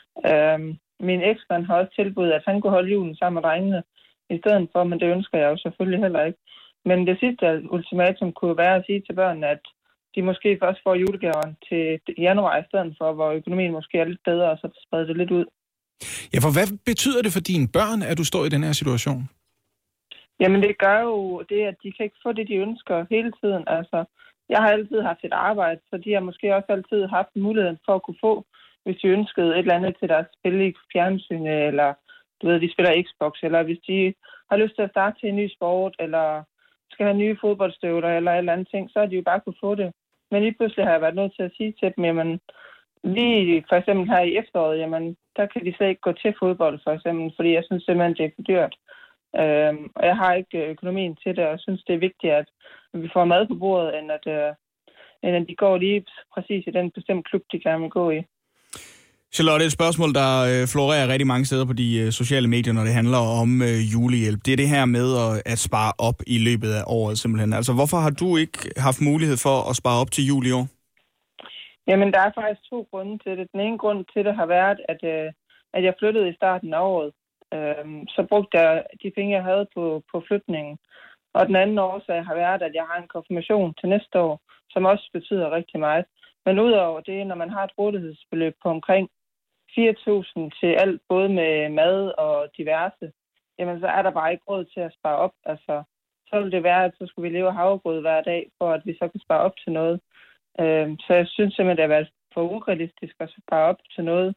Min eksmand har også tilbudt, at han kunne holde julen sammen med drengene i stedet for, men det ønsker jeg jo selvfølgelig heller ikke. Men det sidste ultimatum kunne være at sige til børnene, at de måske først får julegaveren til januar i stedet for, hvor økonomien måske er lidt bedre, og så spreder det lidt ud. Ja, for hvad betyder det for dine børn, at du står i den her situation? Jamen det gør jo det, at de kan ikke få det, de ønsker hele tiden. Altså, jeg har altid haft et arbejde, så de har måske også altid haft muligheden for at kunne få, hvis de ønskede et eller andet til deres spil i fjernsyn, eller du ved, de spiller Xbox, eller hvis de har lyst til at starte til en ny sport, eller skal have nye fodboldstøvler, eller et eller andet ting, så har de jo bare kunne få det. Men lige pludselig har jeg været nødt til at sige til dem, jamen, lige for eksempel her i efteråret, jamen, der kan de slet ikke gå til fodbold, for eksempel, fordi jeg synes simpelthen, det er for dyrt. Og jeg har ikke økonomien til det, og jeg synes, det er vigtigt, at vi får mad på bordet, end at de går lige præcis i den bestemte klub, de gerne vil gå i. Charlotte, et spørgsmål, der florerer rigtig mange steder på de sociale medier, når det handler om julehjælp. Det er det her med at spare op i løbet af året simpelthen. Altså, hvorfor har du ikke haft mulighed for at spare op til jul i år? Jamen, der er faktisk 2 grunde til det. Den ene grund til det har været, at jeg flyttede i starten af året. Så brugte jeg de penge, jeg havde på flytningen. Og den anden årsag har været, at jeg har en konfirmation til næste år, som også betyder rigtig meget. Men udover det, når man har et rådighedsbeløb på omkring 4.000 til alt, både med mad og diverse, jamen så er der bare ikke råd til at spare op. Altså, så ville det være, at så skulle vi leve havregrød hver dag, for at vi så kan spare op til noget. Så jeg synes simpelthen, det har været for urealistisk at spare op til noget.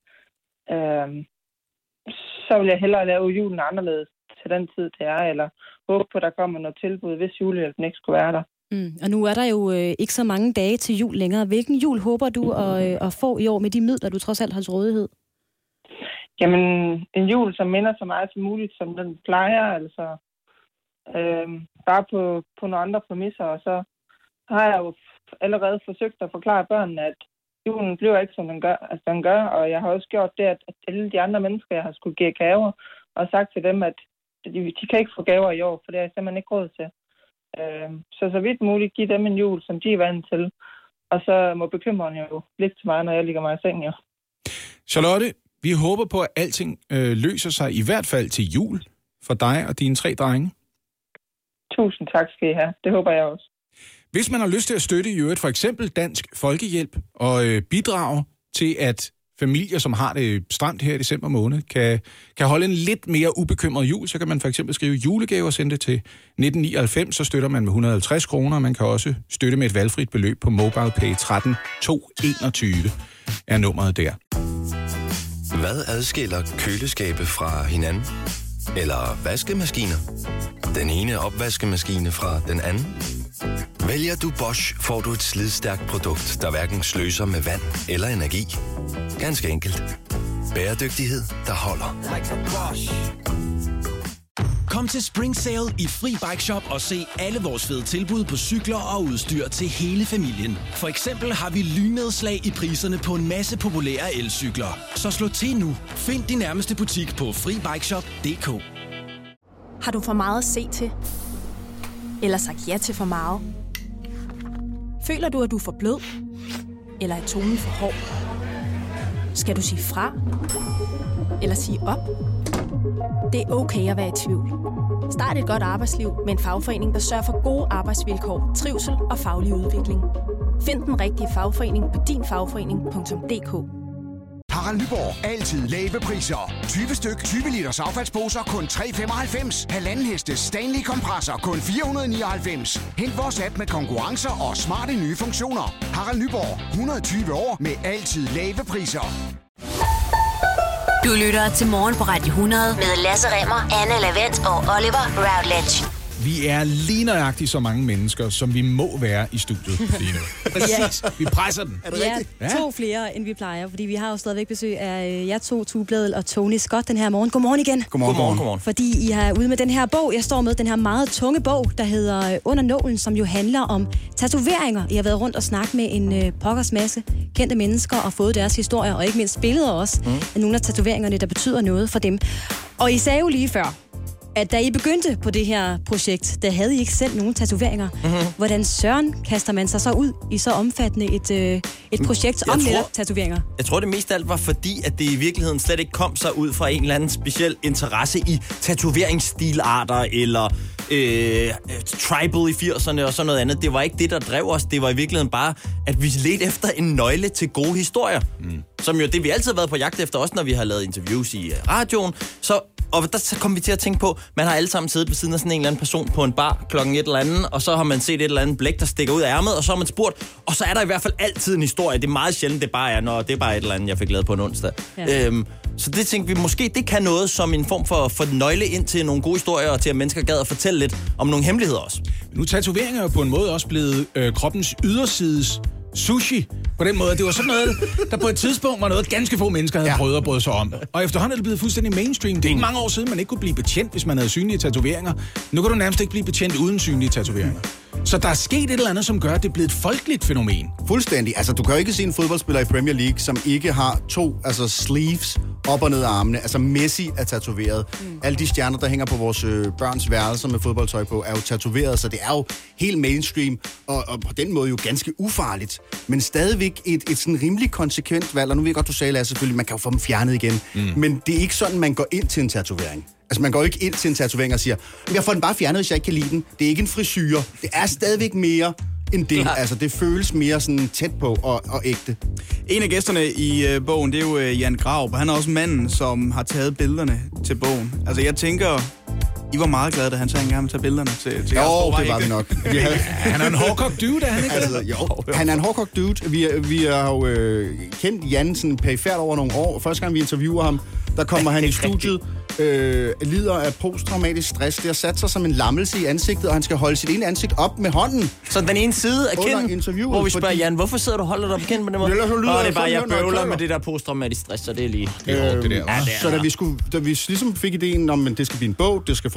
Så vil jeg hellere lave julen anderledes til den tid, det er, eller håbe på, at der kommer noget tilbud, hvis julehjælpen ikke skulle være der. Og nu er der jo ikke så mange dage til jul længere. Hvilken jul håber du at få i år med de midler, du trods alt har til rådighed? Jamen, en jul, som minder så meget som muligt, som den plejer, altså bare på nogle andre præmisser, og så har jeg jo allerede forsøgt at forklare børnene, at julen bliver ikke, som den gør, og jeg har også gjort det, at alle de andre mennesker, jeg har skulle give gaver, og sagt til dem, at de kan ikke få gaver i år, for det er jeg simpelthen ikke råd til. Så vidt muligt, give dem en jul, som de er vant til. Og så må bekymrene jo ligge til mig, når jeg ligger mig i seng, jo. Charlotte, vi håber på, at alting løser sig i hvert fald til jul for dig og dine 3 drenge. Tusind tak skal I have. Det håber jeg også. Hvis man har lyst til at støtte i øvrigt for eksempel Dansk Folkehjælp og bidrage til, at familier, som har det stramt her i december måned, kan holde en lidt mere ubekymret jul, så kan man for eksempel skrive julegave og sende det til 1999, så støtter man med 150 kroner, og man kan også støtte med et valgfrit beløb på MobilePay 13221 er nummeret der. Hvad adskiller køleskabe fra hinanden? Eller vaskemaskiner? Den ene opvaskemaskine fra den anden? Vælger du Bosch, får du et slidstærkt produkt, der hverken sløser med vand eller energi. Ganske enkelt. Bæredygtighed, der holder. Kom til Spring Sale i Fri Bike Shop og se alle vores fede tilbud på cykler og udstyr til hele familien. For eksempel har vi lynnedslag i priserne på en masse populære elcykler. Så slå til nu. Find din nærmeste butik på FriBikeShop.dk. Har du for meget at se til? Eller sagt ja til for meget? Føler du, at du er for blød? Eller er tonen for hård? Skal du sige fra? Eller sige op? Det er okay at være i tvivl. Start et godt arbejdsliv med en fagforening, der sørger for gode arbejdsvilkår, trivsel og faglig udvikling. Find den rigtige fagforening på dinfagforening.dk. Harald Nyborg. Altid lave priser. 20 styk, 20 liters affaldsposer kun 3,95. Halvanden heste Stanley kompresser kun 499. Hent vores app med konkurrencer og smarte nye funktioner. Harald Nyborg. 120 år med altid lave priser. Du lytter til Morgen på Radio 100 med Lasse Remmer, Anne Lavent og Oliver Routledge. Vi er lige nøjagtigt så mange mennesker, som vi må være i studiet lige nu. Præcis. Vi presser den. Er det rigtigt? Ja, 2 flere, end vi plejer, fordi vi har jo stadigvæk besøg af jer 2, Tue Blædel og Tony Scott den her morgen. Godmorgen igen. Godmorgen. Fordi I har ude med den her bog, jeg står med, den her meget tunge bog, der hedder Under nålen, som jo handler om tatoveringer. I har været rundt og snakket med en pokkers masse kendte mennesker og fået deres historier, og ikke mindst billeder også af nogle af tatoveringerne, der betyder noget for dem. Og I sagde jo lige før, at da I begyndte på det her projekt, der havde I ikke selv nogen tatoveringer. Hvordan søren kaster man sig så ud i så omfattende et projekt om netop tatoveringer? Jeg tror, det mest af alt var fordi, at det i virkeligheden slet ikke kom sig ud fra en eller anden speciel interesse i tatoveringsstilarter eller tribal i 80'erne og sådan noget andet. Det var ikke det, der drev os. Det var i virkeligheden bare, at vi ledte efter en nøgle til gode historier. Som jo det, vi altid har været på jagt efter, også når vi har lavet interviews i radioen. Og der kom vi til at tænke på, man har alle sammen siddet ved siden af sådan en eller anden person på en bar klokken et eller andet, og så har man set et eller andet blæk, der stikker ud af ærmet, og så har man spurgt, og så er der i hvert fald altid en historie. Det er meget sjældent, det bare er, når det er bare et eller andet, jeg fik lavet på en onsdag. Ja. Så det tænkte vi, måske det kan noget som en form for nøgle ind til nogle gode historier, og til at mennesker gad at fortælle lidt om nogle hemmeligheder også. Nu tatoveringer er jo på en måde også blevet kroppens ydersides sushi. På den måde, det var sådan noget, der på et tidspunkt var noget, ganske få mennesker havde prøvet at bryde sig om. Og efterhånden er det blevet fuldstændig mainstream. Det er ikke mange år siden, man ikke kunne blive betjent, hvis man havde synlige tatoveringer. Nu kan du nærmest ikke blive betjent uden synlige tatoveringer. Så der er sket et eller andet, som gør, at det er blevet et folkeligt fænomen. Fuldstændig. Altså, du kan jo ikke se en fodboldspiller i Premier League, som ikke har 2 sleeves op og ned af armene. Altså, Messi er tatoveret. Alle de stjerner, der hænger på vores børns værelser med fodboldtøj på, er jo tatoveret. Så det er jo helt mainstream, og på den måde jo ganske ufarligt. Men stadigvæk et sådan rimelig konsekvent valg. Og nu ved jeg godt, du sagde, Lasse, selvfølgelig, man kan jo få dem fjernet igen. Men det er ikke sådan, man går ind til en tatovering. Altså, man går ikke ind til en tatovering og siger, jeg får den bare fjernet, hvis jeg ikke kan lide den. Det er ikke en frisyre. Det er stadigvæk mere end det. Altså, det føles mere sådan tæt på og ægte. En af gæsterne i bogen, det er jo Jan Graup. Han er også manden, som har taget billederne til bogen. Altså, jeg tænker, I var meget glade, da han sagde, at han gerne ville tage billederne til jo, det var vi nok. Han er en hårdkogt dude, er han ikke? Altså, jo, han er en hårdkogt dude. Vi har jo kendt Jan sådan perifært over nogle år. Første gang, vi interviewer ham, der kommer han i studiet, lider af posttraumatisk stress. Det har sat sig som en lammelse i ansigtet, og han skal holde sit ene ansigt op med hånden. Så den ene side af kinden, hvor vi spørger Jan, hvorfor sidder du og holder dig op på kinden på den måde? Det er bare, jeg bøvler med det der posttraumatisk stress, så det er lige... Så da vi ligesom fik ideen om, at det skal blive en bog, det skal få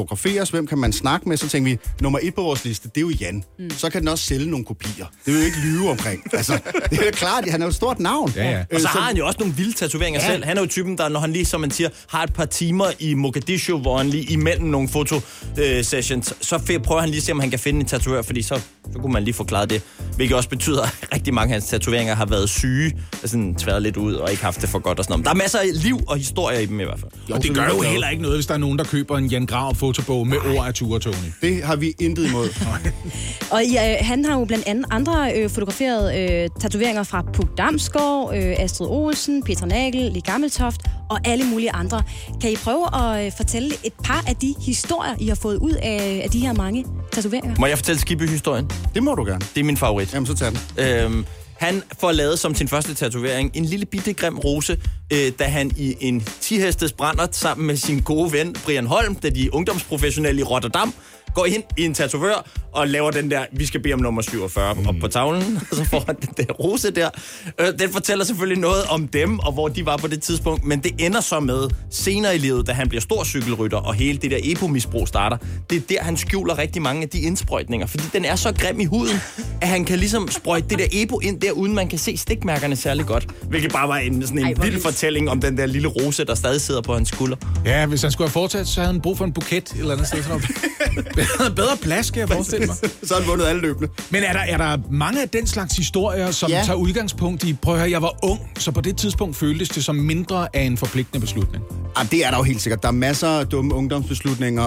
fotograferes, hvem kan man snakke med, så tænkte vi, nummer 1 på vores liste, det er jo Jan. Så kan den også sælge nogle kopier. Det vil jo ikke lyve omkring. Altså, det er klart, han er jo et stort navn. Ja. Og så har han jo også nogle vilde tatoveringer selv. Han er jo typen, der, når han lige, som man siger, har et par timer i Mogadishu, hvor han lige imellem nogle fotosessions, så prøver han lige at se, om han kan finde en tatovør, fordi så kunne man lige forklare det. Hvilket også betyder, at rigtig mange af hans tatoveringer har været syge, og sådan tværet lidt ud, og ikke haft det for godt og sådan noget. Der er masser af liv og historier i dem i hvert fald. Og det gør jo heller ikke noget, hvis der er nogen, der køber en Jan Grav fotobog med ord af Ture Tony. Det har vi intet imod. Og han har jo blandt andet andre fotograferet tatoveringer fra Puk Damsgaard, Astrid Olsen, Petra Nagel, Lee Gammeltoft og alle mulige andre. Kan I prøve at fortælle et par af de historier, I har fået ud af de her mange tatoveringer? Må jeg fortælle Skibby-historien? Det må du gerne. Det er min favorit. Jamen, så tag den. Han får lavet som sin første tatovering en lille bitte grim rose, da han i en 10-hestes brændert sammen med sin gode ven Brian Holm, da de er ungdomsprofessionelle i Rotterdam, går ind i en tatovør og laver den der, vi skal bede om nummer 47 op på tavlen, og så får han den der rose der. Den fortæller selvfølgelig noget om dem, og hvor de var på det tidspunkt, men det ender så med senere i livet, da han bliver stor cykelrytter, og hele det der EPO-misbrug starter. Det er der, han skjuler rigtig mange af de indsprøjtninger, fordi den er så grim i huden, at han kan ligesom sprøjte det der EPO ind der, uden man kan se stikmærkerne særlig godt. Hvilket bare var en vild fortælling om den der lille rose, der stadig sidder på hans skulder. Ja, hvis han skulle have fortsat, så havde han brug for en buket et eller andet sted. Bedre plads, skal jeg forestille mig. Så har han vundet alle løbende. Men er der mange af den slags historier, som tager udgangspunkt i, prøv at høre, jeg var ung, så på det tidspunkt føltes det som mindre af en forpligtende beslutning? Ja, det er der jo helt sikkert. Der er masser af dumme ungdomsbeslutninger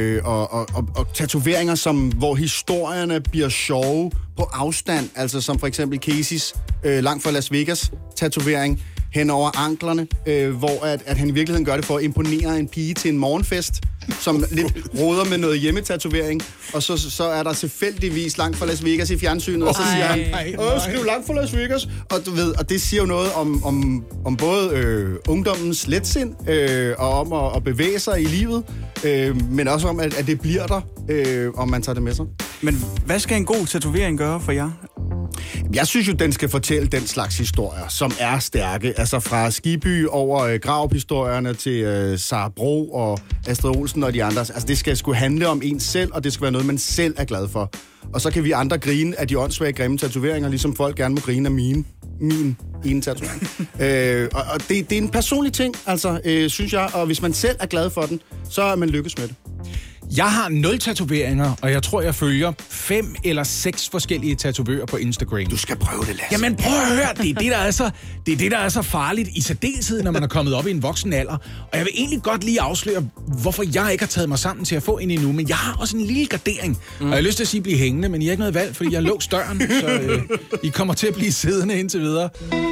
og tatoveringer, hvor historierne bliver sjove på afstand. Altså som for eksempel Casey's langt fra Las Vegas tatovering hen over anklerne, hvor at han i virkeligheden gør det for at imponere en pige til en morgenfest, som lidt roder med noget hjemmetatovering, og så er der tilfældigvis langt fra Las Vegas i fjernsynet, og så siger han, skriv langt fra Las Vegas, og du ved, og det siger jo noget om både ungdommens letsind, og om at bevæge sig i livet, men også om, at det bliver der, om man tager det med sig. Men hvad skal en god tatovering gøre for jer? Jeg synes jo, den skal fortælle den slags historier, som er stærke. Altså fra Skibby over Grav-historierne til Sara Bro og Astrid Olsen og de andre. Altså det skal sgu handle om en selv, og det skal være noget, man selv er glad for. Og så kan vi andre grine af de åndssvage grimme tatoveringer, ligesom folk gerne må grine af min ene tatovering. Og det er en personlig ting, altså, synes jeg. Og hvis man selv er glad for den, så er man lykkes med det. Jeg har 0 tatoveringer, og jeg tror, jeg følger 5 eller 6 forskellige tatovører på Instagram. Du skal prøve det, Lasse. Jamen prøv at høre, det er det, der er så farligt, i særdeleshed, når man er kommet op i en voksen alder. Og jeg vil egentlig godt lige afsløre, hvorfor jeg ikke har taget mig sammen til at få en endnu, men jeg har også en lille gardering. Og jeg har lyst til at sige, blive hængende, men I har ikke noget valg, fordi jeg har låst døren, så I kommer til at blive siddende indtil videre.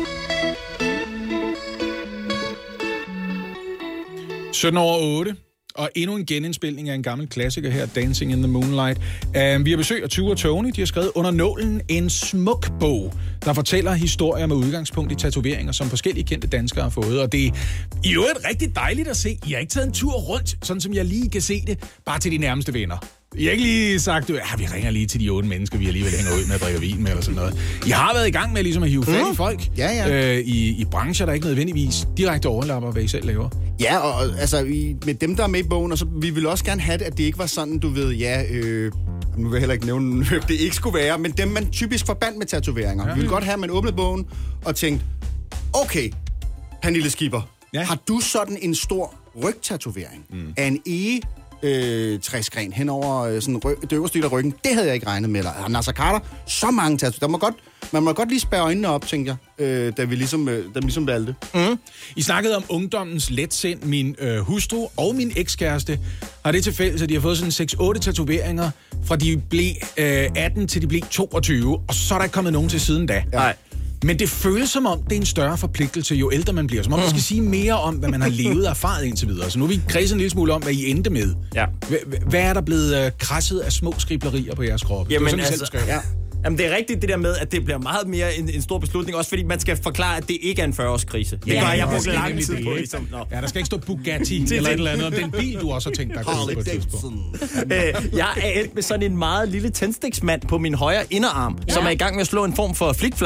7:07. Og endnu en genindspilning af en gammel klassiker her, Dancing in the Moonlight. Vi har besøg af Ture og Tony. De har skrevet Under nålen en smuk bog, der fortæller historier med udgangspunkt i tatoveringer, som forskellige kendte danskere har fået. Og det er i øvrigt rigtig dejligt at se. I har ikke taget en tur rundt, sådan som jeg lige kan se det, bare til de nærmeste venner. I har ikke lige sagt, vi ringer lige til de 8 mennesker, vi alligevel hænger ud med at drikke vin med, eller sådan noget. I har været i gang med ligesom at hive fat i folk. Ja. I brancher, der ikke nødvendigvis direkte overlapper, hvad I selv laver. Ja, og altså, med dem, der er med i bogen, og så vi vil også gerne have det, at det ikke var sådan, du ved, nu vil jeg heller ikke nævne, det ikke skulle være, men dem, man typisk forbandt med tatoveringer. Ja. Vi vil godt have, at man åbnede bogen og tænkte, okay, Pernille Skipper, har du sådan en stor rygtatovering af en træsgren hen over sådan det øverste del af ryggen? Det havde jeg ikke regnet med. Eller Nasser Carter, så mange tatoveringer. Man må godt lige spærre øjnene op, tænker jeg, da vi ligesom valgte. I snakkede om ungdommens letsind. Min hustru og min ekskæreste har det til fælles, at de har fået sådan 6-8 tatoveringer, fra de blev 18 til de blev 22, og så er der ikke kommet nogen til siden da. Nej. Men det føles som om, det er en større forpligtelse, jo ældre man bliver. Som om man skal sige mere om, hvad man har levet og erfaret indtil videre. Så nu vil vi kredse en lille smule om, hvad I endte med. Ja. Hvad er der blevet krasset af små skriblerier på jeres krop? Jamen Jamen, det er rigtigt det der med, at det bliver meget mere en stor beslutning, også fordi man skal forklare, at det ikke er en 40-årskrise. Det gør jeg brugt lang tid på, ligesom. Ja, der skal ikke stå Bugatti eller et eller andet om den bil, du også har tænkt dig at gå på et tidspunkt. Jeg er endt med sådan en meget lille tændstiksmand på min højre inderarm, som er i gang med at slå en form for flikflak.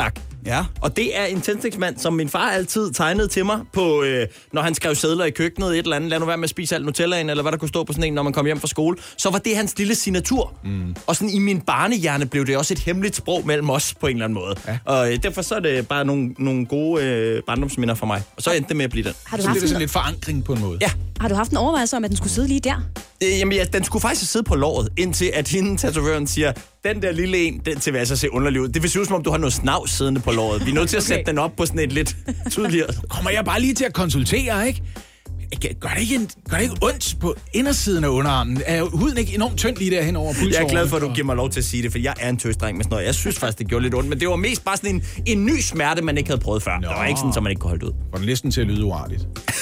Ja. Og det er en tændstiksmand, som min far altid tegnede til mig på, når han skrev sedler i køkkenet, et eller andet. Lad nu være med at spise alt Nutellaen, eller hvad der kunne stå på sådan en, når man kom hjem fra skole. Så var det hans lille signatur. Og sådan i min barnehjerne blev det også et hemmeligt sprog mellem os på en eller anden måde. Ja. Og derfor så er det bare nogle gode barndomsminder for mig. Og så endte det med at blive den. Så det er sådan lidt forankring på en måde. Ja. Har du haft en overvejelse om, at den skulle sidde lige der? Jamen ja, den skulle faktisk sidde på låret, indtil at hende, tatovøren, siger, den der lille en, den til hvad så ser underlig ud. Det vil se ud, som om du har noget snavs siddende på låret. Vi er nødt til at sætte den op på sådan et lidt tydeligere. Kommer jeg bare lige til at konsultere, ikke? Gør det ikke ondt på indersiden af underarmen? Er huden ikke enormt tynd lige derhen over pulsåren? Jeg er glad for, at du giver mig lov til at sige det, for jeg er en tøsdreng med sådan noget. Jeg synes faktisk, det gjorde lidt ondt, men det var mest bare sådan en ny smerte, man ikke havde prøvet før. Det var ikke sådan, så man ikke kunne holde ud. Var den næsten til at lyde uartigt?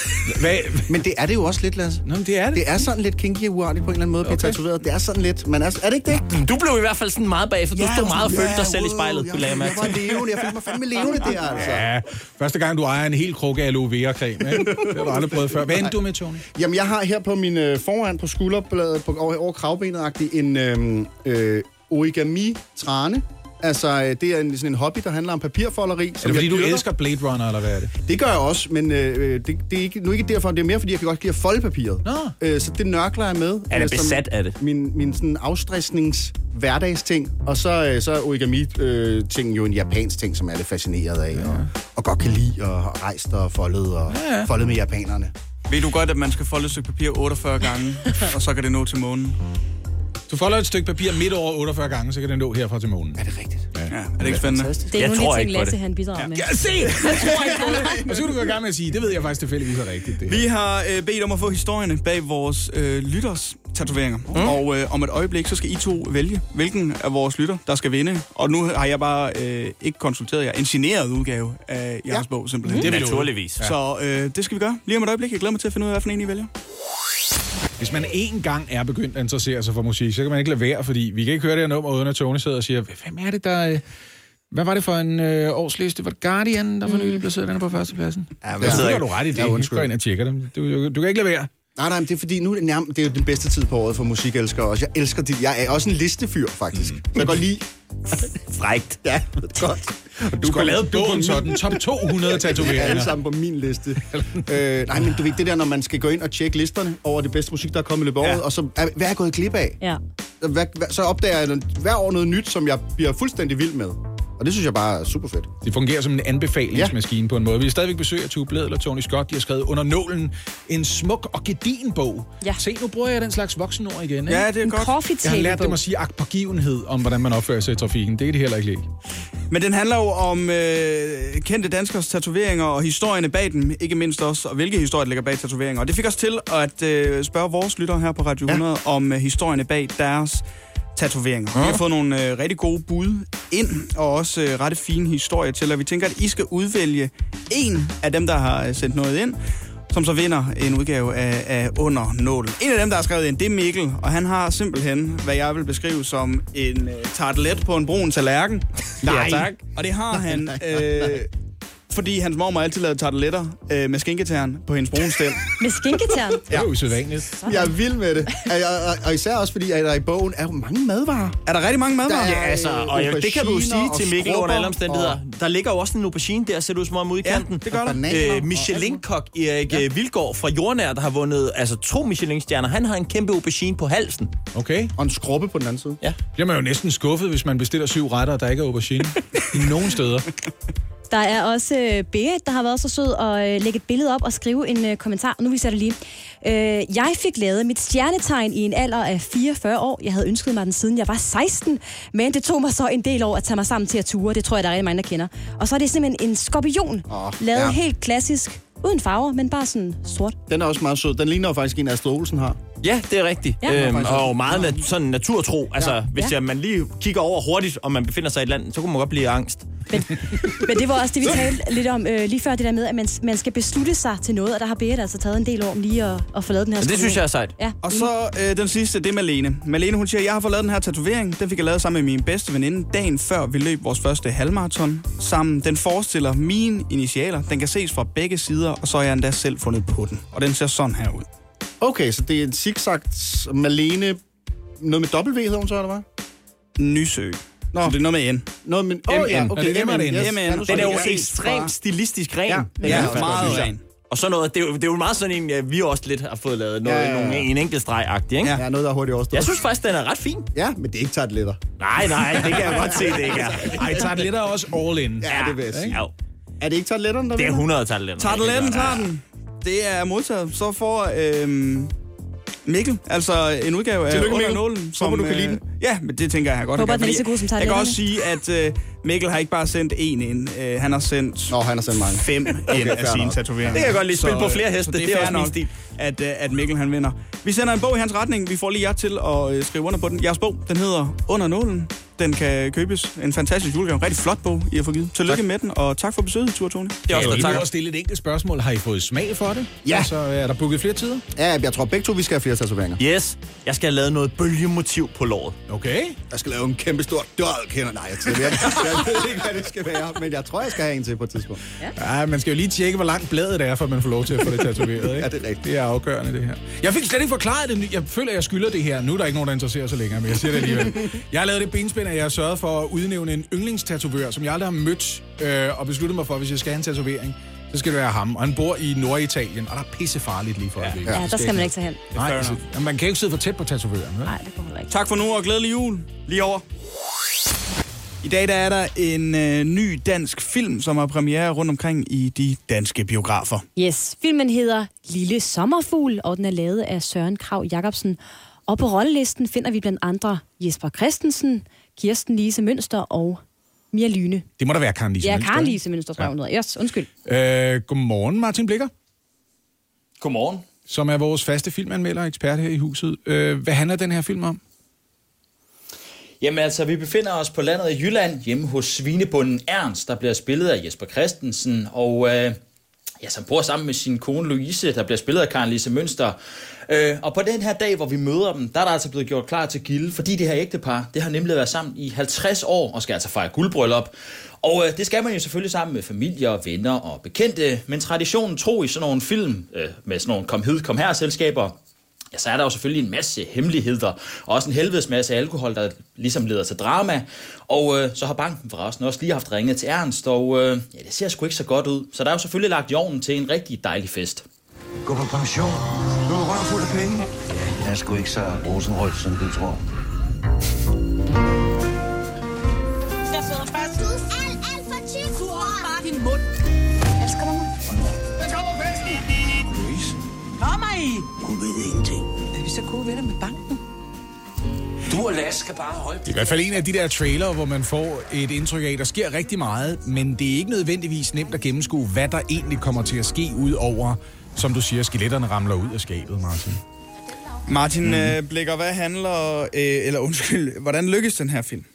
Men det er det jo også lidt, Lasse. Nå, det er det. Det er sådan lidt kinky og uartigt på en eller anden måde at blive tatoveret. Det er sådan lidt. Men er det ikke det? Du blev i hvert fald sådan meget bag, for du stod meget og følte dig selv i spejlet. Jeg var levende. Jeg følte mig fandme levende der, altså. Ja, første gang du ejer en hel krukke aloe vera creme, ikke? Det har du aldrig prøvet før. Hvad endte du med, Tony? Jamen, jeg har her på min foran på skulderbladet, over kravbenet-agtigt, en origami-trane. Altså, det er sådan en hobby, der handler om papirfolderi. Er det fordi, du elsker Blade Runner, eller hvad er det? Det gør jeg også, men det er ikke derfor. Det er mere, fordi jeg kan godt lide at folde papiret. Så det nørkler jeg med. Er det besat af det? Min sådan afstressnings-hverdagsting. Og så origami-ting jo en japansk ting, som jeg er lidt fascineret af. Og godt kan lide, og rejst og foldet med japanerne. Ved du godt, at man skal folde et stykke papir 48 gange, og så kan det nå til månen? Du folder et stykke papir midt over 48 gange, så kan det nå herfra til månen. Er det rigtigt? Ja. Er det ikke spændende? Det er nogle af de ting, Lasse han bidrager med. Ja, se! Jeg tror ikke på det. Og så kan du gå i gang med at sige, det ved jeg faktisk tilfældigvis er rigtigt. Det her. Vi har bedt om at få historierne bag vores lytters tatoveringer. Og om et øjeblik, så skal I to vælge, hvilken af vores lytter, der skal vinde. Og nu har jeg bare ikke konsulteret jer. En signeret udgave af jeres bog, simpelthen. Det er naturligvis. Ja. Så det skal vi gøre. Lige om et øjeblik. Jeg glæder mig til at finde ud af, hvilken en I vælger. Hvis man én gang er begyndt at interessere sig for musik, så kan man ikke lade være, fordi vi kan ikke høre det her nummer, uden at Tony sidder og siger, hvem er det, der... Hvad var det for en årsliste? Var det Guardian, der for nylig placerede den på førstepladsen? Ja, men så du ret i det. Jeg går ind og tjekker dem. Du kan ikke lade være. Nej, men det er fordi, nu det er jo den bedste tid på året for musikelskere også. Jeg elsker det. Jeg er også en listefyr, faktisk. Jeg går lige... Frækt. Ja, godt. Du kan lave bogen sådan, top 200 tatoveringer. Alle sammen på min liste. Nej, men du ved, det der, når man skal gå ind og tjekke listerne over det bedste musik, der er kommet i løbet af året, og så hvad er jeg gået glip af? Ja. Så opdager jeg hver år noget nyt, som jeg bliver fuldstændig vild med. Og det synes jeg bare er super fedt. Det fungerer som en anbefalingsmaskine på en måde. Vi har stadigvæk besøg af Tue Blædel og Tony Scott. De har skrevet Under nålen en smuk og gedin bog. Ja. Se, nu bruger jeg den slags voksenord igen. Ikke? Ja, det er godt. Jeg har lært dem at sige agtpågivenhed om, hvordan man opfører sig i trafikken. Det er det heller ikke lige. Men den handler jo om kendte danskers tatoveringer og historierne bag dem, ikke mindst også, og hvilke historier der ligger bag tatoveringer. Og det fik os til at spørge vores lyttere her på Radio 100 om historierne bag deres tatoveringer. Vi har fået nogle rigtig gode bud ind, og også rette fine historier til, og vi tænker, at I skal udvælge en af dem, der har sendt noget ind, som så vinder en udgave af Under nålen. En af dem, der har skrevet ind, det er Mikkel, og han har simpelthen, hvad jeg vil beskrive som en tartelet på en brun tallerken. Nej. Ja, tak. Og det har han... fordi hans mor altid lavede tarteletter med skinketæren på hendes brunstel. Med skinketæren? Det er jo usædvanligt. Jeg er vild med det. Og især også fordi, at der i bogen er jo mange madvarer. Er der rigtig mange madvarer? Ja, altså, og det kan du jo sige til Mikkel under alle omstændigheder. Der ligger jo også en aubergine der, ser du som om ude i kanten. Det gør der. Michelin-kok Erik Vilgaard fra Jordnær, der har vundet 2 Michelin-stjerner. Han har en kæmpe aubergine på halsen. Okay. Og en skrubbe på den anden side. Ja. Bliver man jo næsten skuffet, hvis man bestiller 7 retter, og der ikke er aubergine. I nogen steder. Der er også Berit, der har været så sød at lægge et billede op og skrive en kommentar. Nu viser jeg det lige. Jeg fik lavet mit stjernetegn i en alder af 44 år. Jeg havde ønsket mig den siden jeg var 16, men det tog mig så en del år at tage mig sammen til at ture. Det tror jeg, der er rigtig mange, der kender. Og så er det simpelthen en skorpion, lavet helt klassisk, uden farver, men bare sådan sort. Den er også meget sød. Den ligner jo faktisk en, Astrid Olsen har. Ja, det er rigtigt. Ja. Og meget sådan naturtro. Altså, hvis man lige kigger over hurtigt, og man befinder sig i et land, så kunne man godt blive angst. Men det var også det, vi talte lidt om lige før, det der med, at man skal beslutte sig til noget, og der har Berit altså taget en del år om lige at få lavet den her. Det synes jeg er sejt. Ja. Og så den sidste, det er Malene. Malene, hun siger, jeg har fået lavet den her tatovering. Den fik jeg lavet sammen med min bedste veninde dagen før vi løb vores første halvmarathon sammen. Den forestiller mine initialer. Den kan ses fra begge sider, og så har jeg endda selv fundet på den. Og den ser sådan her ud. Okay, så det er en zigzag Malene... Noget med W hedder hun så, eller hvad? Nysø. Nå. Så det er noget med N. Noget med MN. Okay, det er MN. MN. Den er jo ekstremt stilistisk ren. Ja, meget ren. Og så noget, det er jo meget sådan en, vi også lidt har fået lavet noget, en enkelt streg-agtig, ikke? Ja, noget, der er hurtigt overstået. Jeg synes faktisk, den er ret fin. Ja, men det er ikke tarteletter. Nej, det kan jeg godt se, det ikke er. Ej, tarteletter er også all in. Ja, det vil jeg sige. Ja. Er det ikke tarteletterne, der Det er 100 tarteletter. Tarteletten tager den. Det er modtaget. Så får Mikkel, altså en udgave af Under Nålen. Håber, du kan lide den. Ja, men det tænker jeg godt. Håber, den er lige så god som jeg kan også sige, at Mikkel har ikke bare sendt en ind. Han har sendt, mange. 5 ind af sine tatoveringer. Det kan jeg godt lige spille på flere heste. Det er også min stil, at Mikkel han vinder. Vi sender en bog i hans retning. Vi får lige jer til at skrive under på den. Jeres bog, den hedder Under Nålen. Den kan købes. En fantastisk julegave. En rigtig flot bog, I har fået givet. Tillykke med den, og tak for besøget, Ture Tony. Det er også tak. Jeg vil stille et enkelt spørgsmål. Har I fået smag for det? Ja. Altså, er der booket flere tider? Ja, jeg tror begge to, vi skal have flere tatoveringer. Yes. Jeg skal have lavet noget bølgemotiv på låret. Okay. Jeg skal lave en kæmpe stor dolk. Nej, jeg ved ikke, hvad det skal være. Men jeg tror, jeg skal have en til på et tidspunkt. Ja, man skal jo lige tjekke, hvor langt bladet er, for man får lov til at få det tatoveret. Ikke? Ja, det er rigtigt. Det er afgørende, det her. Jeg fik slet ikke forklaret det. Jeg føler, jeg skylder det her. Nu er der ikke nogen, der interesserer sig længere, men jeg siger det alligevel. Jeg har lavet det benspænd, at jeg har sørget for at udnævne en yndlingstatovør, som jeg aldrig har mødt, og besluttet mig for, hvis jeg skal have en tatovering, så skal det være ham. Og han bor i Norditalien, og der er pissefarligt lige for øjeblikket. Ja, der skal man ikke tage hen. Nej, altså, man kan ikke sidde for tæt på tatovøren. Nej, det kommer ikke. Tak for nu, og glædelig jul. Lige over. I dag der er der en ny dansk film, som har premiere rundt omkring i de danske biografer. Yes, filmen hedder Lille Sommerfugl, og den er lavet af Søren Krag Jacobsen. Og på rollelisten finder vi blandt andre Jesper Christensen, Kirsten Lise Mønster og Mia Lyne. Det må da være Karen Lise Mønster. Ja, Karen Lise Mønster, tror jeg, hun hedder. Yes, undskyld. Godmorgen, Martin Blikker. Godmorgen. Som er vores faste filmanmelder og ekspert her i huset. Hvad handler den her film om? Jamen altså, vi befinder os på landet i Jylland, hjemme hos svinebunden Ernst, der bliver spillet af Jesper Christensen, og som bor sammen med sin kone Louise, der bliver spillet af Karen Lise Mønster. Og på den her dag, hvor vi møder dem, der er der altså blevet gjort klar til gilde, fordi det her ægtepar, det har nemlig været sammen i 50 år og skal altså fejre guldbryllup. Og det skal man jo selvfølgelig sammen med familie, venner og bekendte, men traditionen tro i sådan nogle film med sådan nogle kom her selskaber, ja, så er der jo selvfølgelig en masse hemmeligheder, og også en helvedes masse alkohol, der ligesom leder til drama. Og så har banken forresten også lige haft ringet til Ernst, og det ser sgu ikke så godt ud. Så der er jo selvfølgelig lagt i ovnen til en rigtig dejlig fest. Gå på pension. Du er rørt fuld af penge. Ja, jeg er sgu ikke så rosenrødt, som du tror. Der sidder fast. Du er alt for tyk. Du har bare din mund. Elsker du mig? Der kommer festen. Louise. Kom mig i. Hun ved ingenting. Er vi så gode venner med banken? Du og Lasse skal bare holde. Det er i hvert fald en af de der trailer, hvor man får et indtryk af, at der sker rigtig meget, men det er ikke nødvendigvis nemt at gennemskue, hvad der egentlig kommer til at ske ud over, som du siger, skeletterne ramler ud af skabet, Martin. Blikker, hvad handler, hvordan lykkes den her film?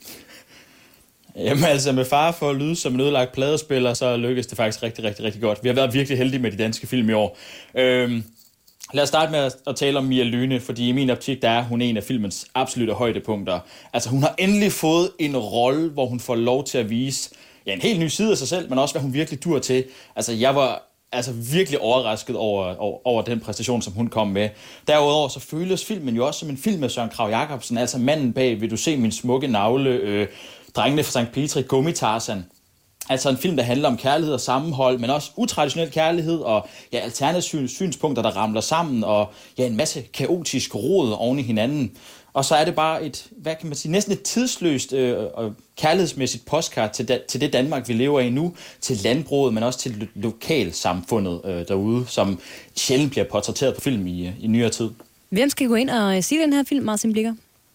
Jamen altså, med fare for at lyde som en ødelagt pladespiller, så lykkes det faktisk rigtig, rigtig, rigtig godt. Vi har været virkelig heldige med de danske film i år. Lad os starte med at tale om Mia Lyne, fordi i min optik, der er hun en af filmens absolutte højdepunkter. Altså, hun har endelig fået en rolle, hvor hun får lov til at vise en helt ny side af sig selv, men også, hvad hun virkelig dur til. Altså, jeg var virkelig overrasket over den præstation, som hun kom med. Derudover så føles filmen jo også som en film med Søren Krag Jacobsen, altså manden bag Vil du se min smukke navle, Drengene fra St. Petri, Gummitarsan. Altså en film, der handler om kærlighed og sammenhold, men også utraditionel kærlighed og alternative synspunkter, der ramler sammen, og en masse kaotisk rod oven i hinanden. Og så er det bare næsten et tidsløst og kærlighedsmæssigt postkort til det Danmark, vi lever i nu, til landbruget, men også til lokalsamfundet derude, som sjældent bliver portrætteret på film i nyere tid. Hvem skal gå ind og se den her film, Martin Blikker?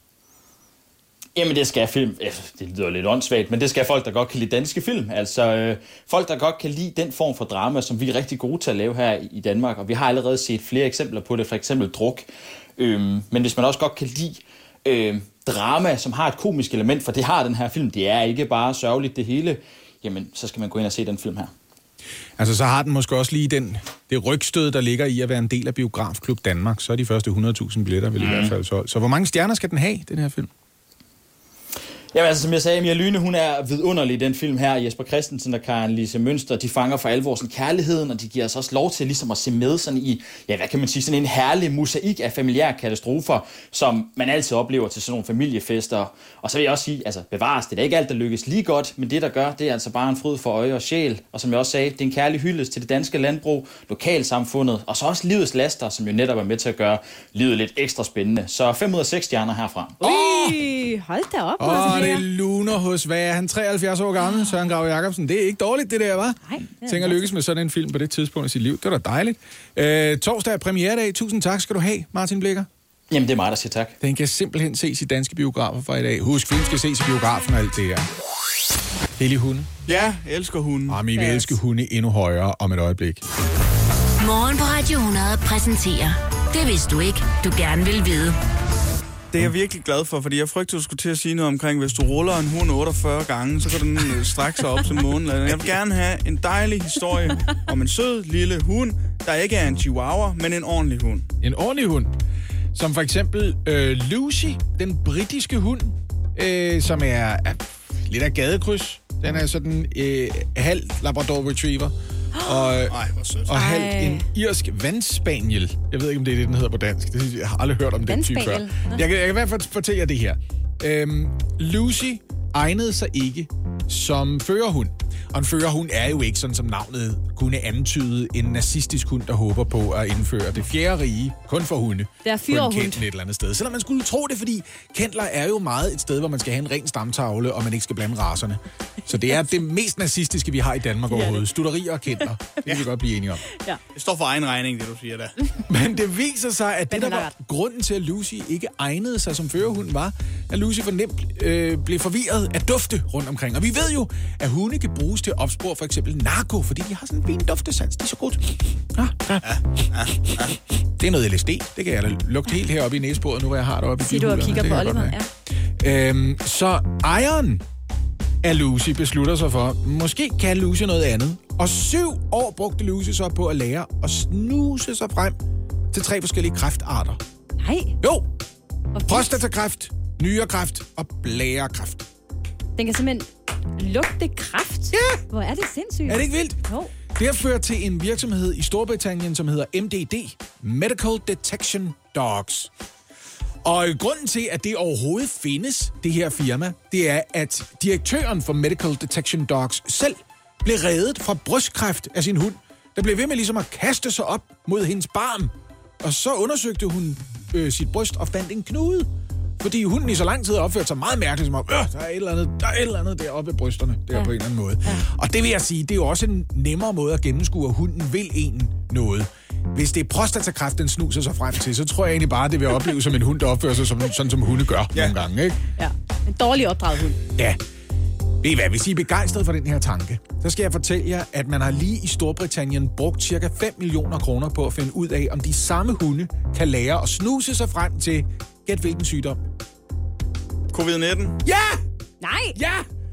Jamen det skal film, det lyder lidt åndssvagt, men det skal folk, der godt kan lide danske film. Altså folk, der godt kan lide den form for drama, som vi er rigtig gode til at lave her i Danmark. Og vi har allerede set flere eksempler på det, for eksempel Druk. Men hvis man også godt kan lide drama, som har et komisk element, for det har den her film, det er ikke bare sørgeligt det hele, jamen så skal man gå ind og se den film her. Altså så har den måske også lige det rygstød, der ligger i at være en del af Biografklub Danmark. Så er de første 100.000 billetter vel i hvert fald solgt. Så hvor mange stjerner skal den have, den her film? Jamen altså, som jeg sagde, Mia Lyhne, hun er vidunderlig i den film her. Jesper Christensen og Karen Lise Mønster, de fanger for alvor sådan kærligheden, og de giver os også lov til ligesom at se med sådan i, ja, hvad kan man sige, sådan en herlig mosaik af familiære katastrofer, som man altid oplever til sådan nogle familiefester. Og så vil jeg også sige, altså bevares, det er da ikke alt, der lykkes lige godt, men det, der gør, det er altså bare en fryd for øje og sjæl. Og som jeg også sagde, det er en kærlig hyldest til det danske landbrug, lokalsamfundet, og så også livets laster, som jo netop er med til at gøre livet lidt ekstra spændende. Så 5 ud af 6 stjerner herfra. Hold da op. Det luner hos, hvad er han, 73 år gammel, Søren Grau Jacobsen. Det er ikke dårligt, det der, hva'? Nej. Tænker lykkes med sådan en film på det tidspunkt i sit liv. Det var da dejligt. Torsdag er premieredag. Tusind tak skal du have, Martin Blikker. Jamen, det er mig, der siger tak. Den kan simpelthen ses i danske biografer fra i dag. Husk, film skal ses i biografen og alt det her. Hellig hunde. Ja, jeg elsker hunde. Vi vil elske hunde endnu højere om et øjeblik. Morgen på Radio 100 præsenterer Det vidste du ikke, du gerne vil vide. Det er jeg virkelig glad for, fordi jeg frygter, at du skulle til at sige noget omkring, hvis du ruller en hund 48 gange, så kan den strække sig op til månen. Jeg vil gerne have en dejlig historie om en sød lille hund, der ikke er en chihuahua, men en ordentlig hund. En ordentlig hund. Som for eksempel Lucy, den britiske hund, som er lidt af gadekryds. Den er sådan halv Labrador Retriever. Og halv en irsk vandspaniel. Jeg ved ikke, om det er det, den hedder på dansk. Jeg har aldrig hørt om den type før. Jeg kan i hvert fald fortælle jer det her. Lucy egnede sig ikke som førerhund. Og en førerhund er jo ikke, sådan som navnet kunne antyde, en nazistisk hund, der håber på at indføre det fjerde rige, kun for hunde. Det er fyrhund. Et eller andet sted. Selvom man skulle tro det, fordi Kendler er jo meget et sted, hvor man skal have en ren stamtavle, og man ikke skal blande racerne. Så det er det mest nazistiske, vi har i Danmark overhovedet. Stutteri og Kendler. Det kan vi godt blive enige om. Ja. Det står for egen regning, det du siger der. Men det viser sig, at det, der var grunden til, at Lucy ikke egnede sig som førerhund, var, at Lucy for nemt blev forvirret af dufte rundt omkring. Og vi ved jo, at hunde kan bruges til at opspore for eksempel narko, fordi de har sådan en fin duftesans. De er så godt. Det er noget LSD. Det kan jeg da lugte helt heroppe i næsebordet, nu hvor jeg har det oppe i bilhullerne. Siger du og kigger på Oliver, ja. Så ejeren af Lucy beslutter sig for, måske kan Lucy noget andet. Og 7 år brugte Lucy så på at lære at snuse sig frem til 3 forskellige kræftarter. Nej. Jo. Prostatakræft, nyrekræft og blærekræft. Den kan simpelthen lugte kræft? Ja. Hvor er det sindssygt? Er det ikke vildt? Jo. Det har ført til en virksomhed i Storbritannien, som hedder MDD, Medical Detection Dogs. Og grunden til, at det overhovedet findes, det her firma, det er, at direktøren for Medical Detection Dogs selv blev reddet fra brystkræft af sin hund, der blev ved med ligesom at kaste sig op mod hendes barm. Og så undersøgte hun sit bryst og fandt en knude. Fordi hunden i så lang tid har opført sig meget mærkeligt, som om, der er et eller andet deroppe i brysterne, der på en eller anden måde. Ja. Og det vil jeg sige, det er jo også en nemmere måde at gennemskue, at hunden vil en noget. Hvis det er prostatakræft, den snuser sig frem til, så tror jeg egentlig bare, det vil opleve som en hund, der opfører sig sådan, som hunde gør nogle gange, ikke? Ja, en dårlig opdraget hund. Ja. Ved I hvad, hvis I er begejstret for den her tanke, så skal jeg fortælle jer, at man har lige i Storbritannien brugt cirka 5 millioner kroner på at finde ud af, om de samme hunde kan lære at snuse sig frem til, gæt hvilken sygdom? Covid-19? Ja! Nej! Ja!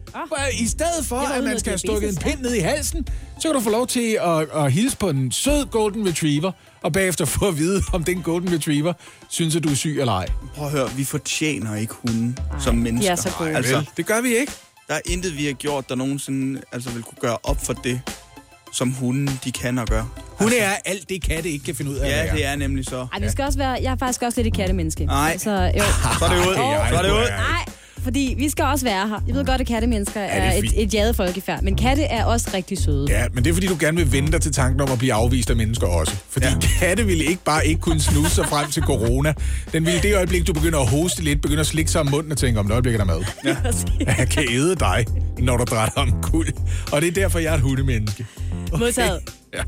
I stedet for, at man skal have stukket en pind ned i halsen, så kan du få lov til at hilse på en sød Golden Retriever, og bagefter få at vide, om den Golden Retriever synes, at du er syg eller ej. Prøv at høre, vi fortjener ikke hunde som mennesker. De er så gode. Altså, det gør vi ikke. Der er intet, vi har gjort, der nogensinde vil kunne gøre op for det, som hunden, de kan og gør. Hunde er alt det, katte ikke kan finde ud af. Ja, det er nemlig så. Ej, det skal også være, jeg er faktisk også lidt et kattemenneske. Nej, så er det ud. Så er det ud. Nej, fordi vi skal også være her. Jeg ved godt, at kattemennesker er et jaget folkefærd, men katte er også rigtig søde. Ja, men det er fordi, du gerne vil vende dig til tanken om at blive afvist af mennesker også. Fordi katte ville ikke bare kunne snuse sig frem til corona. Den ville det øjeblik, du begynder at hoste lidt, begynder at slikke sig om munden og tænke, om et øjeblik er der mad. Ja. Jeg kan æde dig, når du drejer om kul. Og det er derfor, jeg er et hundemenneske. Okay. Modtaget. Ja.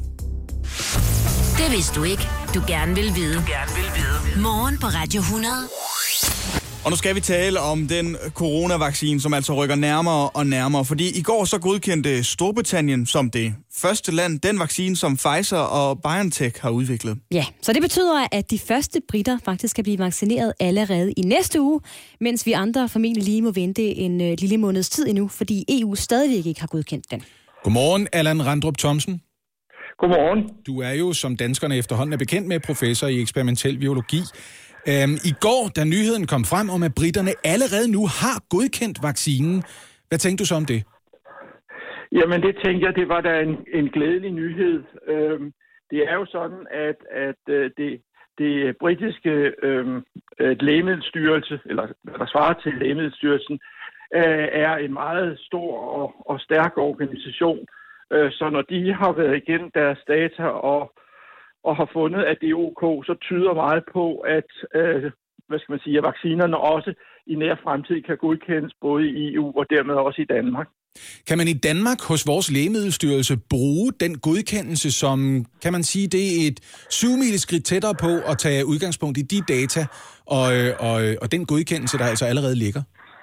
Det vidste du ikke, du gerne vil vide. Morgen på Radio 100. Og nu skal vi tale om den coronavaccine, som altså rykker nærmere og nærmere. Fordi i går så godkendte Storbritannien som det første land den vaccine, som Pfizer og BioNTech har udviklet. Ja, så det betyder, at de første briter faktisk skal blive vaccineret allerede i næste uge, mens vi andre formentlig lige må vente en lille måneds tid endnu, fordi EU stadigvæk ikke har godkendt den. Godmorgen, Allan Randrup Thomsen. Godmorgen. Du er jo, som danskerne efterhånden er bekendt med, professor i eksperimentel biologi. I går, da nyheden kom frem om, at britterne allerede nu har godkendt vaccinen, hvad tænkte du så om det? Jamen, det tænker jeg, det var da en glædelig nyhed. Det er jo sådan, at det britiske lægemiddelstyrelse, eller der svarer til lægemiddelstyrelsen, er en meget stor og stærk organisation. Så når de har været igennem deres data og har fundet, at det er ok, så tyder meget på, at at vaccinerne også i nær fremtid kan godkendes både i EU og dermed også i Danmark. Kan man i Danmark hos vores lægemiddelstyrelse bruge den godkendelse, som, kan man sige, det er et 7-mileskridt tættere på at tage udgangspunkt i de data og den godkendelse, der altså allerede ligger?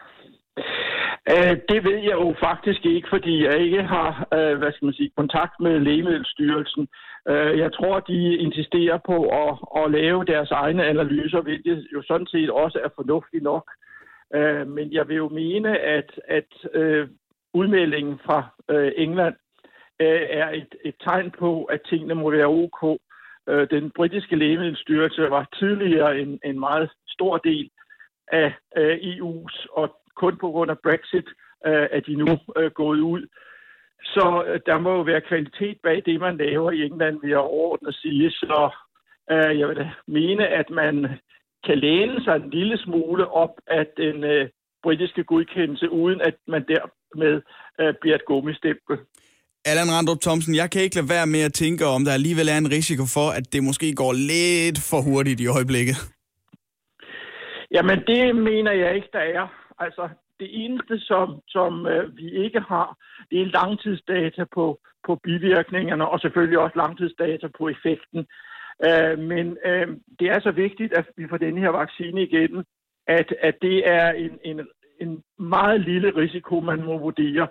Det ved jeg jo faktisk ikke, fordi jeg ikke har kontakt med Lægemiddelstyrelsen. Jeg tror, de insisterer på at lave deres egne analyser, hvilket jo sådan set også er fornuftigt nok. Men jeg vil jo mene, at udmeldingen fra England er et tegn på, at tingene må være ok. Den britiske lægemiddelstyrelse var tidligere en meget stor del af EU's, og kun på grund af Brexit er de nu gået ud. Så der må jo være kvalitet bag det, man laver i England, vil jeg overordnet sige. Så jeg vil da mene, at man kan læne sig en lille smule op af den britiske godkendelse, uden at man dermed bliver et gummistempel. Allan Randrup Thomsen, jeg kan ikke lade være med at tænke om, der alligevel er en risiko for, at det måske går lidt for hurtigt i øjeblikket. Jamen, det mener jeg ikke, der er. Altså, det eneste, som vi ikke har, det er langtidsdata på bivirkningerne, og selvfølgelig også langtidsdata på effekten. Men det er så vigtigt, at vi får denne her vaccine igennem, at det er en meget lille risiko, man må vurdere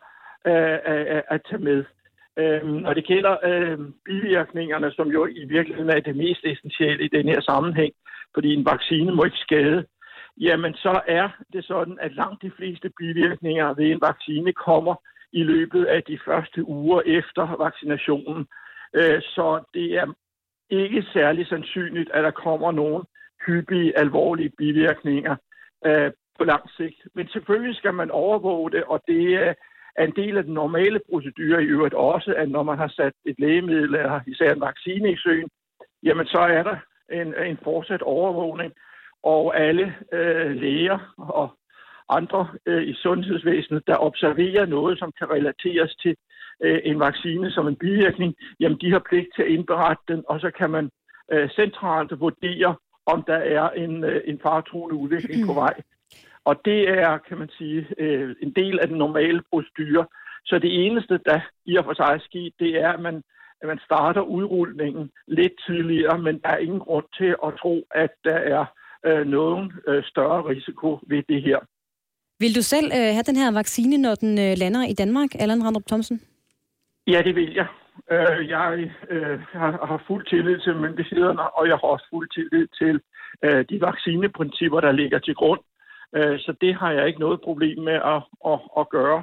at tage med. Når det gælder bivirkningerne, som jo i virkeligheden er det mest essentielle i den her sammenhæng, fordi en vaccine må ikke skade, jamen så er det sådan, at langt de fleste bivirkninger ved en vaccine kommer i løbet af de første uger efter vaccinationen. Så det er ikke særlig sandsynligt, at der kommer nogle hyppige, alvorlige bivirkninger på lang sigt. Men selvfølgelig skal man overvåge det, og det er en del af den normale procedure i øvrigt også, at når man har sat et lægemiddel, eller især en vaccine i søen, jamen så er der en fortsat overvågning, og alle læger og andre i sundhedsvæsenet, der observerer noget, som kan relateres til en vaccine som en bivirkning, jamen de har pligt til at indberette den, og så kan man centralt vurdere, om der er en faretruende udvikling på vej. Og det er, kan man sige, en del af den normale procedure. Så det eneste, der i og for sig er sket, det er, at man starter udrulningen lidt tidligere, men der er ingen grund til at tro, at der er nogen større risiko ved det her. Vil du selv have den her vaccine, når den lander i Danmark, Allan Randrup Thomsen? Ja, det vil jeg. Jeg har fuld tillid til myndighederne, og jeg har også fuld tillid til de vaccineprincipper, der ligger til grund. Så det har jeg ikke noget problem med at gøre.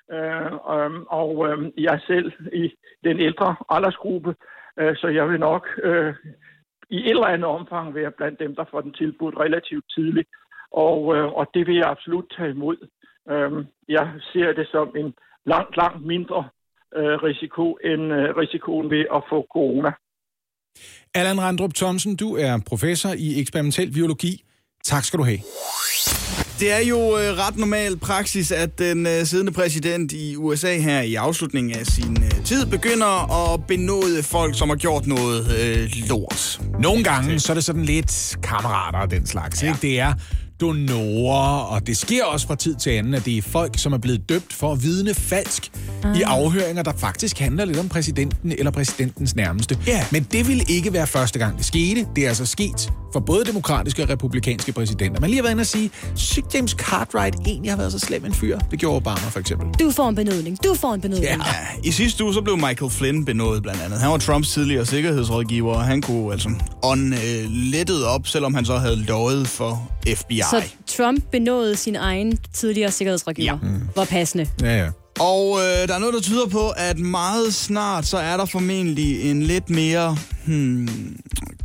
Jeg er selv i den ældre aldersgruppe, så jeg vil nok i et eller andet omfang være blandt dem, der får den tilbudt relativt tidligt. Og det vil jeg absolut tage imod. Jeg ser det som en langt mindre risiko end risikoen ved at få corona. Allan Randrup Thomsen, du er professor i eksperimentel biologi. Tak skal du have. Det er jo ret normal praksis, at den siddende præsident i USA her i afslutningen af sin tid begynder at benåde folk, som har gjort noget lort. Nogle gange så er det sådan lidt kammerater og den slags. Ja. Ikke? Det er donorer, og det sker også fra tid til anden, at det er folk, som er blevet dømt for at vidne falsk i afhøringer, der faktisk handler lidt om præsidenten eller præsidentens nærmeste. Yeah. Men det ville ikke være første gang, det skete. Det er altså sket for både demokratiske og republikanske præsidenter. Man lige har været inde og sige, synes James Cartwright egentlig har været så slem en fyr? Det gjorde Obama for eksempel. Du får en benådning. Ja. I sidste uge så blev Michael Flynn benådet blandt andet. Han var Trumps tidligere sikkerhedsrådgiver, og han kunne altså lettet op, selvom han så havde løjet for FBI. Så Trump benådede sin egen tidligere sikkerhedsrådgiver. Ja. Hvor passende. Ja. Og der er noget, der tyder på, at meget snart, så er der formentlig en lidt mere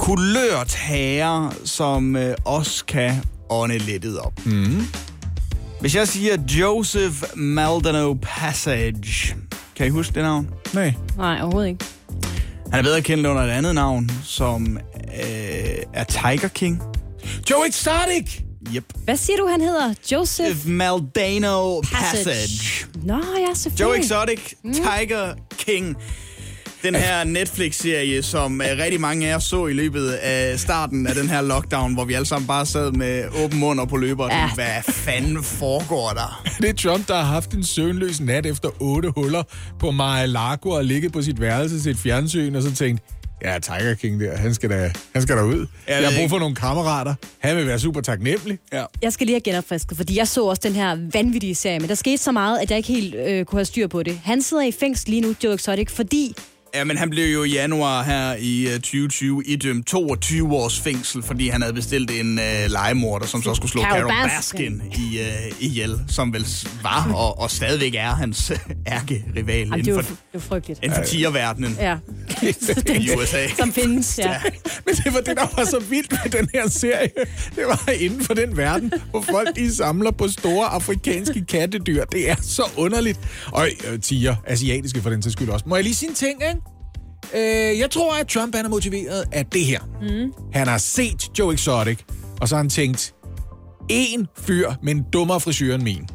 kulørt herre, som også kan ånde lettet op. Hvis jeg siger Joseph Maldonado Passage, kan I huske det navn? Nej. Nej, overhovedet ikke. Han er bedre kendt under et andet navn, som er Tiger King. Joe Exotic! Yep. Hvad siger du, han hedder? Joseph Maldonado Passage. Nå, ja, selvfølgelig. Joe Exotic, Tiger King. Den her Netflix-serie, som rigtig mange af os så i løbet af starten af den her lockdown, hvor vi alle sammen bare sad med åben mund og på løber. Ja. Hvad fanden foregår der? Det er Trump, der har haft en søvnløs nat efter 8 huller på Mar-a-Lago og ligget på sit værelse til et fjernsyn, og så tænkt, ja, Tiger King der, han skal der ud. Jeg har brug for nogle kammerater. Han vil være super taknemmelig. Ja. Jeg skal lige have genopfrisket, fordi jeg så også den her vanvittige serie, men der skete så meget, at jeg ikke helt kunne have styr på det. Han sidder i fængsel lige nu, Joe Exotic, fordi... Ja, men han blev jo i januar her i 2020 idømt 22 års fængsel, fordi han havde bestilt en legemorder, som så skulle slå Carol Baskin ihjel, som vel var og stadigvæk er hans ærkerival inden for tierverdenen i USA. Som findes, ja. Men det var det, der var så vildt med den her serie. Det var inden for den verden, hvor folk de samler på store afrikanske kattedyr. Det er så underligt. Og tiger, asiatiske for den til skyld også. Må jeg lige sige en ting, ikke? Jeg tror, at Trump er motiveret af det her. Han har set Joe Exotic, og så har han tænkt, en fyr med en dummere frisyr end min.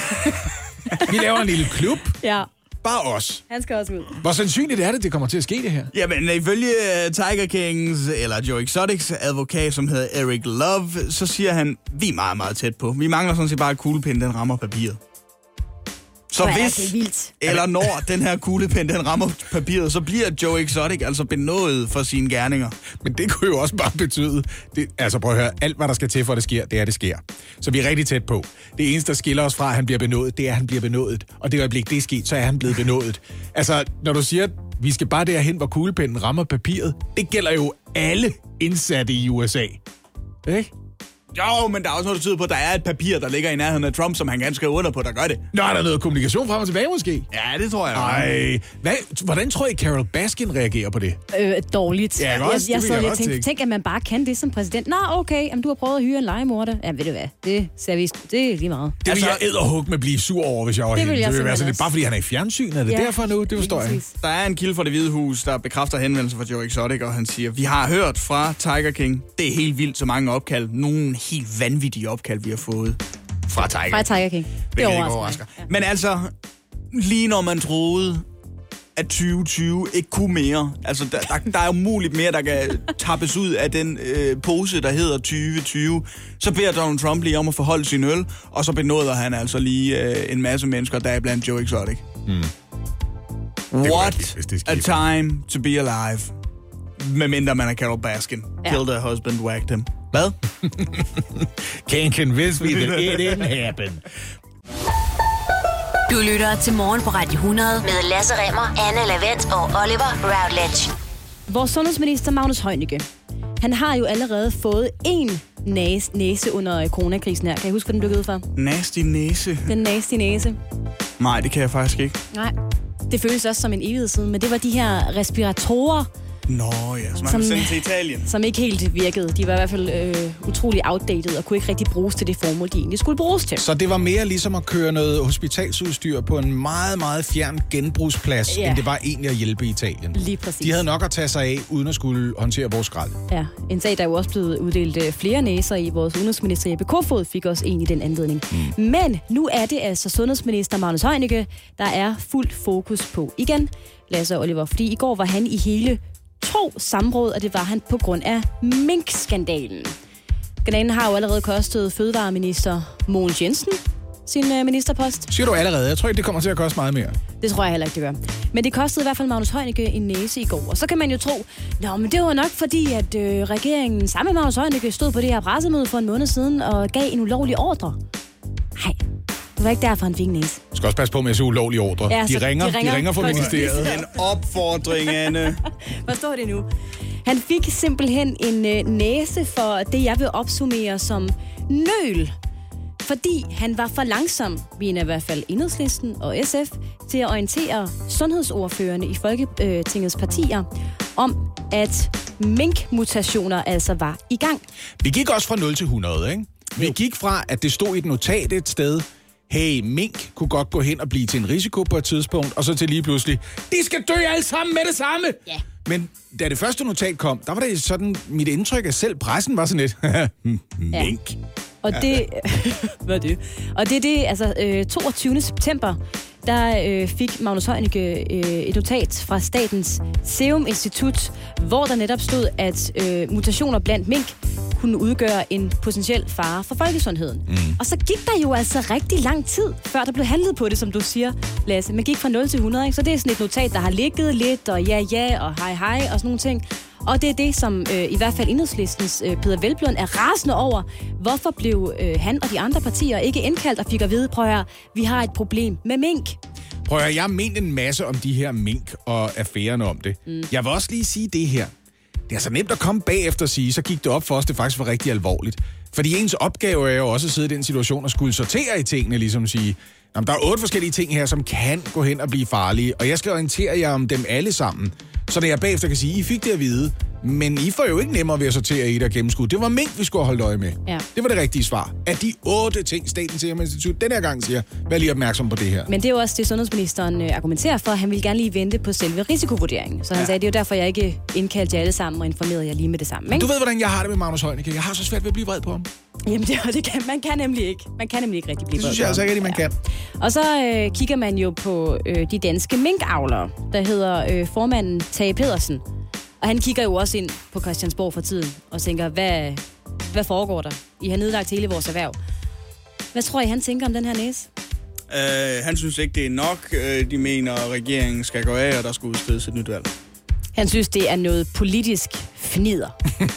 Vi laver en lille klub. Ja. Bare os. Han skal også ud. Hvor sandsynligt er det kommer til at ske det her? Jamen, ifølge Tiger Kings, eller Joe Exotics advokat, som hedder Eric Love, så siger han, vi er meget, meget tæt på. Vi mangler sådan set bare, at kuglepinden, den rammer papiret. Så hvis, eller når den her kuglepen, den rammer papiret, så bliver Joe Exotic altså benådet for sine gerninger. Men det kunne jo også bare betyde, altså prøv at høre, alt hvad der skal til for, at det sker, det er, det sker. Så vi er rigtig tæt på. Det eneste, der skiller os fra, at han bliver benådet, det er, at han bliver benådet. Og det øjeblik, det er sket, så er han blevet benådet. Altså, når du siger, vi skal bare derhen, hvor kuglepinden rammer papiret, det gælder jo alle indsatte i USA. Ikke? Jo, men der er også noget, der tyder på, at der er et papir, der ligger i nærheden af Trump, som han kan skrive under på, der gør det. Nå, er der noget kommunikation frem og tilbage måske? Ja, det tror jeg. Nej. Hvordan tror I, Carol Baskin reagerer på det? Dårligt. Ja, jeg sad lige og tænkte, at man bare kan det som præsident. Nå, okay, jamen, du har prøvet at hyre en legemorder. Ja, ved du hvad, det er lige meget. Det vil jeg edderhug med blive sur over, hvis jeg var hende. Det vil være sådan lidt, bare fordi han er i fjernsynet. Er det derfor nu? Det forstår jeg. Der er en kilde fra Det Hvide Hus, der bekræfter henvendelser fra Joe Exotic, og han siger, vi har hørt fra Tiger King, det er helt vildt så mange opkald. Nogle helt vanvittige opkald, vi har fået fra Tiger. Fra Tiger King. Det overrasker. Ja. Men altså, lige når man troede, at 2020 ikke kunne mere, altså der er jo muligt mere, der kan tappes ud af den pose, der hedder 2020, så beder Donald Trump lige om at forholde sin øl, og så benåder han altså lige en masse mennesker, der er blandt Joe Exotic. What a time to be alive. Medmindre man er Carol Baskin. Ja. Killed her husband, whacked him. Hvad? Can't convince me that it didn't happen. Du lytter til Morgen på Radio 100 med Lasse Remmer, Anne Lavent og Oliver Routledge. Vores sundhedsminister Magnus Heunicke, han har jo allerede fået en næse under coronakrisen her. Kan I huske, hvad den blev ud for? Nasty næse? Den nasty næse. Nej, det kan jeg faktisk ikke. Nej, det føles også som en evighed siden, men det var de her respiratorer, Nå ja, som man sendte til Italien. Som ikke helt virkede. De var i hvert fald utrolig outdated og kunne ikke rigtig bruges til det formål, de egentlig skulle bruges til. Så det var mere ligesom at køre noget hospitalsudstyr på en meget, meget fjern genbrugsplads, end det var egentlig at hjælpe Italien. Lige præcis. De havde nok at tage sig af, uden at skulle håndtere vores skrald. Ja, en sag, der er jo også blevet uddelt flere næser i. Vores udenrigsminister Jeppe Kofod fik også en i den anledning. Men nu er det altså sundhedsminister Magnus Heunicke, der er fuldt fokus på igen, Lasse og Oliver. Fordi i går var han i hele 2 sammenbrud, og det var han på grund af minkskandalen. Skandalen har jo allerede kostet fødevareminister Mogens Jensen sin ministerpost. Siger du allerede? Jeg tror ikke, det kommer til at koste meget mere. Det tror jeg heller ikke, det gør. Men det kostede i hvert fald Magnus Heunicke en næse i går. Og så kan man jo tro, men det var nok fordi, at regeringen sammen med Magnus Heunicke stod på det her pressemøde for en måned siden og gav en ulovlig ordre. Nej, det var ikke derfor, han fik en næse. Du skal også passe på med at se ulovlige ordre. Ja, de ringer fra ministeriet. En opfordring, Anne. Forstår det nu? Han fik simpelthen en næse for det, jeg vil opsummere som nøl. Fordi han var for langsom, mener i hvert fald Enhedslisten og SF, til at orientere sundhedsordførerne i Folketingets partier om, at minkmutationer altså var i gang. Vi gik også fra 0 til 100, ikke? Vi gik fra, at det stod i et notat et sted, hey, mink kunne godt gå hen og blive til en risiko på et tidspunkt, og så til lige pludselig, de skal dø alle sammen med det samme! Ja. Men da det første notat kom, der var det sådan, mit indtryk, at selv pressen var sådan lidt, mink. Ja. Og det, hvad er det? Og det er det, altså 22. september, der fik Magnus Heunicke et notat fra Statens Serum Institut, hvor der netop stod, at mutationer blandt mink kunne udgøre en potentiel fare for folkesundheden. Og så gik der jo altså rigtig lang tid, før der blev handlet på det, som du siger, Lasse. Man gik fra 0 til 100, ikke? Så det er sådan et notat, der har ligget lidt, og ja, og hej, og sådan nogle ting. Og det er det, som i hvert fald Enhedslistens Peder Hvelplund er rasende over. Hvorfor blev han og de andre partier ikke indkaldt og fik at vide, prøv at høre, vi har et problem med mink. Prøv at høre, jeg har ment en masse om de her mink og affærerne om det. Jeg vil også lige sige det her. Det er så nemt at komme bagefter og sige, så gik det op for os, det faktisk var rigtig alvorligt. Fordi ens opgave er jo også at sidde i den situation og skulle sortere i tingene, ligesom sige, der er 8 forskellige ting her, som kan gå hen og blive farlige, og jeg skal orientere jer om dem alle sammen. Så da jeg bagefter kan sige, I fik det at vide, men I får jo ikke nemmere ved at sortere i det og gennemskue. Det var mink, vi skulle holde øje med. Ja. Det var det rigtige svar. Af de 8 ting, Statens Serum Institut den her gang siger, vær lige opmærksom på det her. Men det er jo også det, sundhedsministeren argumenterer for. Han vil gerne lige vente på selve risikovurderingen. Så han sagde, det er jo derfor, jeg ikke indkaldte jer alle sammen og informerede jer lige med det samme. Ikke? Du ved, hvordan jeg har det med Magnus Heunicke. Jeg har så svært ved at blive vred på ham. Jamen, man kan nemlig ikke. Man kan nemlig ikke rigtig blive vred på ham. Det synes jeg altså ikke, at man kan. Og så kigger man jo på de danske minkavlere, der hedder formanden Tage Pedersen. Og han kigger jo også ind på Christiansborg for tiden og tænker, hvad foregår der? I har nedlagt hele vores erhverv. Hvad tror I, han tænker om den her næse? Han synes ikke, det er nok. De mener, at regeringen skal gå af, og der skal udstedes et nyt valg. Han synes, det er noget politisk fnider.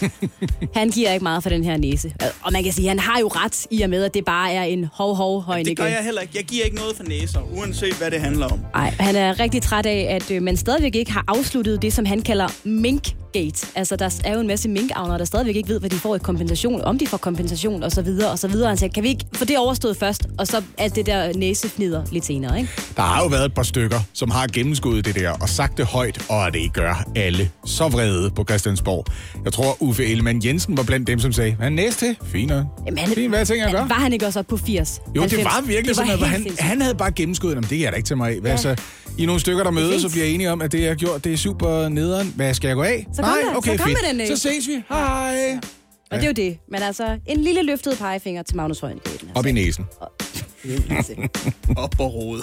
Han giver ikke meget for den her næse. Og man kan sige, at han har jo ret i og med, at det bare er en Heunicke. Det gør jeg heller ikke. Jeg giver ikke noget for næser, uanset hvad det handler om. Nej, han er rigtig træt af, at man stadigvæk ikke har afsluttet det, som han kalder minkgate. Altså, der er jo en masse minkavlere, der stadigvæk ikke ved, hvad de får i kompensation, om de får kompensation osv. osv. Han siger, kan vi ikke få det overstået først, og så alt det der næsefnider lidt senere, ikke? Der har jo været et par stykker, som har gennemskuddet det der, og sagt det højt, og det gør alle så vrede på Christiansborg. Jeg tror, Uffe Ellemann-Jensen var blandt dem, som sagde, hvad er næse til? Fint, hvad tænker jeg gør? Var han ikke også op på 80? Jo, 90? det var virkelig sådan, at han havde bare gennemskuddet, om det er der ikke til mig af. Hvad så? I nogle stykker, der mødes, så bliver enige om, at det jeg har gjort, det er super nederen. Hvad skal jeg gå af? Så kom med den. Så ses vi. Hej. Og det er jo det. Men altså, en lille løftet pegefinger til Magnus Heunicke. Op i næsen. Op på hovedet.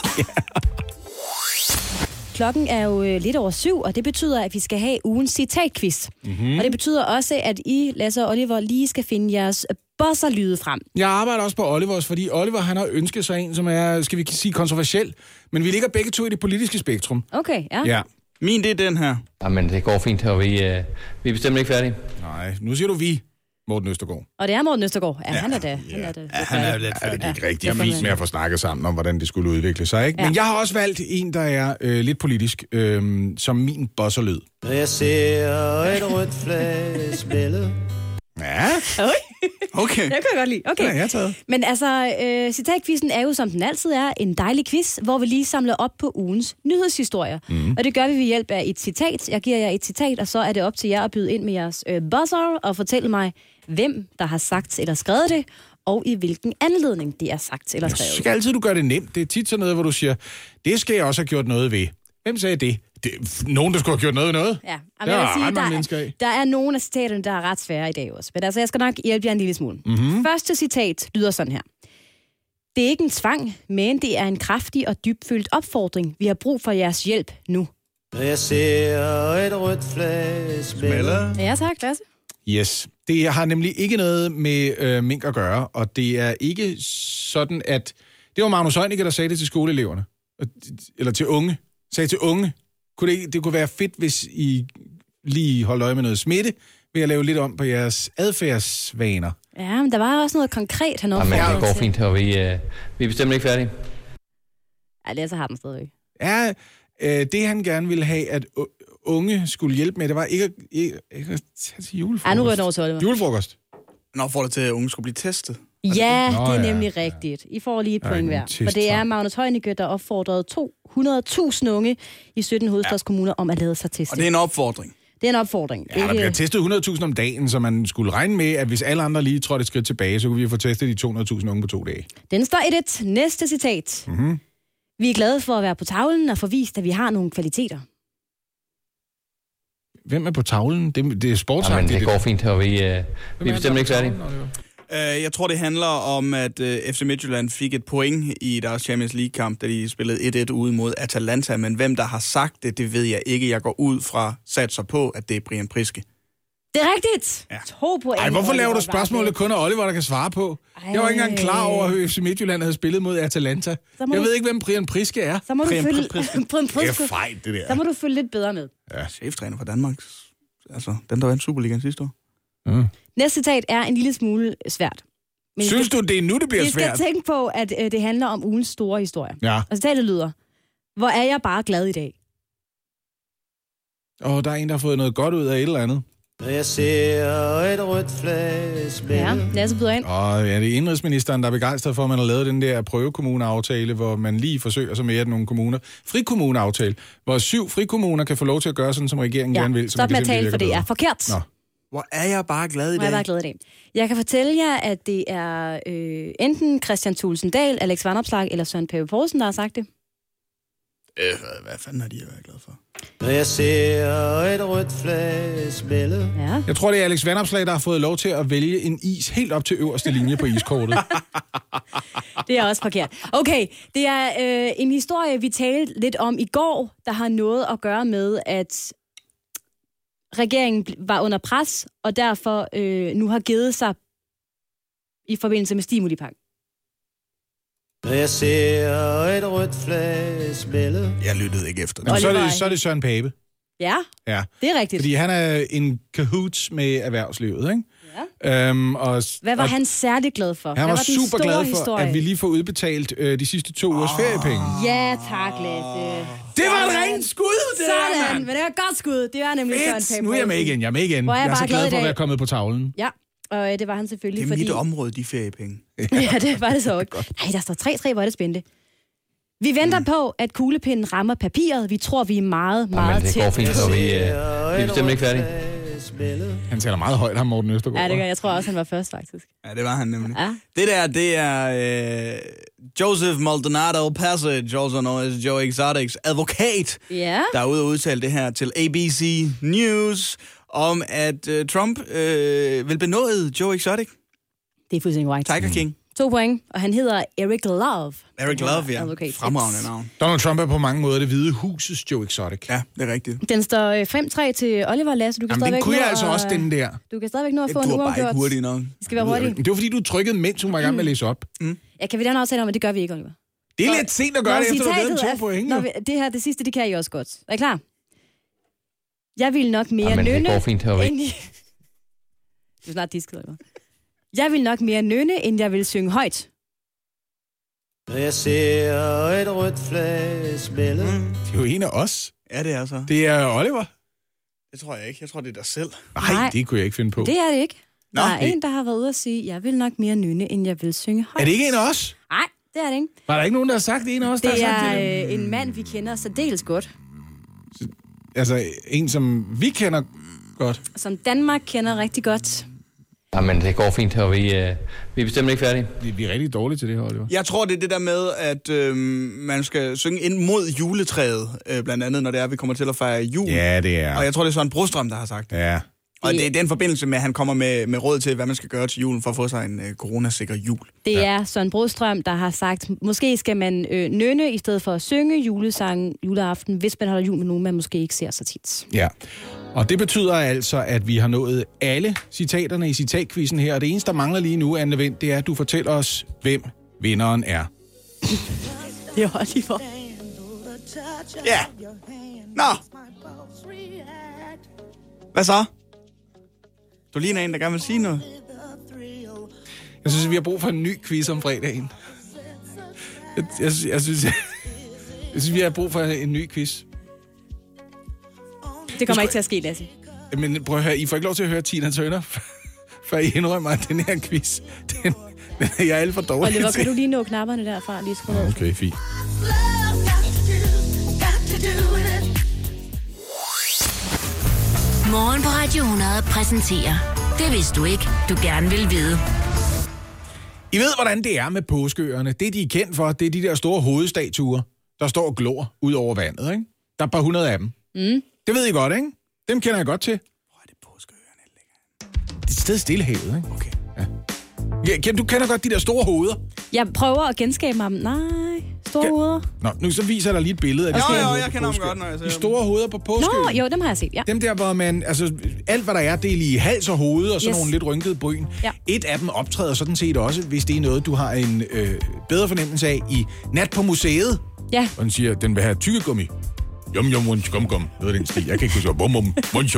Klokken er jo lidt over 7, og det betyder, at vi skal have ugens citatquiz. Og det betyder også, at I, Lasse og Oliver, lige skal finde jeres buzzer-lyde frem. Jeg arbejder også på Olivers, fordi Oliver han har ønsket sig en, som er, skal vi sige, kontroversiel. Men vi ligger begge to i det politiske spektrum. Okay, ja. Min, det er den her. Jamen, det går fint her, og vi er bestemt ikke færdige. Nej, nu siger du vi. Morten Østergaard. Og det er Morten Østergaard. Ja, han er det. Han er lidt færdig. Det gik rigtig fint med at få snakket sammen om, hvordan det skulle udvikle sig, ikke? Ja. Men jeg har også valgt en, der er lidt politisk, som min buzzer-lyd. Når jeg ser et rødt flag spille. Ja. Okay. Det kan jeg godt lide. Okay. Ja, jeg har taget. Men altså, citatquizzen er jo, som den altid er, en dejlig quiz, hvor vi lige samler op på ugens nyhedshistorier. Og det gør vi ved hjælp af et citat. Jeg giver jer et citat, og så er det op til jer at byde ind med jeres buzzer og fortælle mig, hvem der har sagt eller skrevet det, og i hvilken anledning det er sagt eller skrevet. Jeg skal altid, du gør det nemt. Det er tit sådan noget, hvor du siger, det skal jeg også have gjort noget ved. Hvem sagde det? Nogen, der skulle have gjort noget ved noget? Ja, men jeg vil sige, der er nogle af citaterne, der er ret svære i dag også. Men altså, jeg skal nok hjælpe jer en lille smule. Første citat lyder sådan her. Det er ikke en tvang, men det er en kraftig og dybfølt opfordring. Vi har brug for jeres hjælp nu. Når jeg ser et rødt flag spille. Ja, tak, Lasse. Yes. Det har nemlig ikke noget med mink at gøre, og det er ikke sådan, at... Det var Magnus Heunicke, der sagde det til skoleeleverne. Eller til unge. Sagde til unge. Det kunne være fedt, hvis I lige holdt øje med noget smitte, ved at lave lidt om på jeres adfærdsvaner. Ja, men der var også noget konkret, han opfordrede til. Jamen, det går fint her, og vi er bestemt ikke færdige. Ja, Lasse har den stadigvæk. Ja, det han gerne ville have, at unge skulle hjælpe med, det var ikke at tage til julefrokost. Ja, nu rører det over til Oliver. Julefrokost. Nå, får det til, at unge skulle blive testet. Ja, det er nemlig rigtigt. I får lige et point hver. For det er Magnus Heunicke, der opfordrede 200.000 unge i 17 hovedstadskommuner om at lade sig teste. Og det er en opfordring. Det er en opfordring. Ja, der bliver testet 100.000 om dagen, så man skulle regne med, at hvis alle andre lige trådte et skridt tilbage, så kunne vi få testet de 200.000 unge på 2 dage. Den står 1-1. Næste citat. Mm-hmm. Vi er glade for at være på tavlen og få vist, at vi har nogle kvaliteter. Hvem er på tavlen? Det er sportsagt. Det går fint, og vi er bestemt ikke færdige. Jeg tror, det handler om, at FC Midtjylland fik et point i deres Champions League-kamp, da de spillede 1-1 ude mod Atalanta. Men hvem der har sagt det, det ved jeg ikke. Jeg går ud fra satser på, at det er Brian Priske. Det er rigtigt. Ja. 2 point. Ej, hvorfor laver du spørgsmålet kun af Oliver, der kan svare på? Jeg var ikke engang klar over, at FC Midtjylland havde spillet mod Atalanta. Jeg ved ikke, hvem Brian Priske er. Så må du følge det er fejl, det der. Så må du følge lidt bedre med. Ja. Cheftræner for Danmark. Altså, den der vandt Superligaen sidste år. Mm. Næste citat er en lille smule svært. Men synes du, det er nu, det bliver svært? Vi skal tænke på, at det handler om ugens store historie. Ja. Og citatet lyder: hvor er jeg bare glad i dag? Der er en, der har fået noget godt ud af et eller andet. Jeg ser et rødt flag smelle. Ja, Lasse byder ind. Og ja, det er indrigsministeren, der er begejstret for, at man har lavet den der prøvekommuneaftale, hvor man lige forsøger sig med, at nogle kommuner... Frikommuneaftale, hvor 7 frikommuner kan få lov til at gøre sådan, som regeringen gerne vil. Stop med at tale, for det er forkert. Nå. Hvor er jeg bare glad i dag? Jeg kan fortælle jer, at det er enten Christian Thulesen Dahl, Alex Vanopslagh eller Søren Pape Poulsen, der har sagt det. Hvad fanden har de været glade for? Når jeg ser et rødt flag smelle. Ja. Jeg tror, det er Alex Vanopslagh, der har fået lov til at vælge en is helt op til øverste linje på iskortet. Det er også forkert. Okay, det er en historie, vi talte lidt om i går, der har noget at gøre med, at regeringen var under pres, og derfor nu har givet sig i forbindelse med stimulipakken. Når jeg ser et rødt flag smelle. Jeg lyttede ikke efter det. Jamen, så er det Søren Pape. Ja, ja, det er rigtigt. Fordi han er en cahoots med erhvervslivet, ikke? Ja. Hvad var han særlig glad for? Han var den super glad for, historie? at vi lige får udbetalt de sidste 2 ugers feriepenge. Ja, tak, Lasse. Det var et rent skud, det sådan, der, mand. Men det var godt skud. Det var nemlig Søren Pape. Nu er jeg med igen. Jeg er så glad for at være kommet på tavlen. Ja, og det var han selvfølgelig, det er mit område, de feriepenge. Ja, det var det så ikke. Nej, der står 3-3, hvor er det spændende. Vi venter på, at kuglepinden rammer papiret. Vi tror, vi er meget tæt. Det går fint, og vi er bestemt ikke færdige. Han taler meget højt, ham Morten Østergaard. Ja, det gør jeg. tror også, han var først, faktisk. Ja, det var han nemlig. Ja. Det er Joseph Maldonado Passage, also known as Joe Exotics advokat, der er ude og udtale det her til ABC News, om at Trump vil benåde Joe Exotic. Det er fuldstændig right. Tiger King. 2 point, og han hedder Eric Love. Eric Love, ja. Fremragende navn. Donald Trump er på mange måder det hvide husets Joe Exotic. Ja, det er rigtigt. Den står 5-3 til Oliver Lasse. Du kan den kunne jeg altså også, den der. Du kan stadigvæk nå at få en uafgjort. Du var bare ikke hurtig nok. Det skal være hurtigt. Det var fordi, du trykkede, mens hun var i gang med at læse op. Ja, kan vi da også om, at det gør vi ikke, Oliver? Det er lidt sent at gøre det, efter du har givet 2 point. Det her, det sidste, det kan I også godt. Er I klar? Jeg vil nok mere nynne... det går fint herovre. Du er snart disket, Oliver. Jeg vil nok mere nynne, end jeg vil synge højt. Når jeg ser et rødt flag smelle. Det er jo en af os. Ja, det er så. Det er Oliver. Det tror jeg ikke. Jeg tror, det er dig selv. Nej, det kunne jeg ikke finde på. Det er det ikke. Der er en, der har været ude at sige, jeg vil nok mere nynne, end jeg vil synge højt. Er det ikke en af os? Nej, det er det ikke. Var der ikke nogen, der har sagt det en af os? Det er en mand, vi kender særdeles godt. Altså en, som vi kender godt. Som Danmark kender rigtig godt. Jamen, det går fint, og vi er bestemt ikke færdige. Vi er rigtig dårlige til det her, Oliver. Jeg tror, det er det der med, at man skal synge ind mod juletræet, blandt andet, når det er, vi kommer til at fejre jul. Ja, det er. Og jeg tror, det er Søren Brostrøm, der har sagt det. Ja. Og det er den forbindelse med, at han kommer med råd til, hvad man skal gøre til julen, for at få sig en coronasikker jul. Det er Søren Brostrøm, der har sagt, måske skal man nynne, i stedet for at synge julesangen juleaften, hvis man holder jul med nogen, man måske ikke ser så tit. Ja, og det betyder altså, at vi har nået alle citaterne i citatkvisten her, og det eneste, der mangler lige nu, Anne Vendt, det er, at du fortæller os, hvem vinderen er. Det er Oliver. Ja. Nå. Hvad så? Du ligner en, der gerne vil sige noget. Jeg synes, vi har brug for en ny quiz om fredagen. Jeg synes, vi har brug for en ny quiz. Det kommer ikke til at ske, Lasse. Men prøv at høre, I får ikke lov til at høre Tina Turner, før I indrømmer, at den her quiz, den er jeg alt for dårlig til. Oliver, kan du lige nå knapperne derfra? Lige skrue ned. Okay, fint. Morgen på Radio 100 præsenterer Det vidste du ikke, du gerne vil vide. I ved, hvordan det er med påskeøerne. Det, de er kendt for, det er de der store hovedstatuer, der står og glor ud over vandet, ikke? Der er et par 100 af dem. Mm. Det ved I godt, ikke? Dem kender jeg godt til. Hvor er det påskeøerne ligger? Det er et sted i Stillehavet, ikke? Okay. Ja, du kender godt de der store hoveder. Jeg prøver at genskabe mig. Nej, store hoveder. Nå, nu så viser jeg dig lige et billede af de store hoveder. Jeg kender dem godt, når jeg ser de store hoveder på påskeøen. Nå, jo, dem har jeg set, ja. Dem der, hvor man, altså, alt hvad der er, det er lige hals og hoved, og sådan nogle lidt rynkede bryn. Ja. Et af dem optræder sådan set også, hvis det er noget, du har en bedre fornemmelse af i Nat på museet. Ja. Og den siger, den vil have tykkegummi. Jum, gum. Noget af den stil. Jeg kan ikke huske, bum, gum,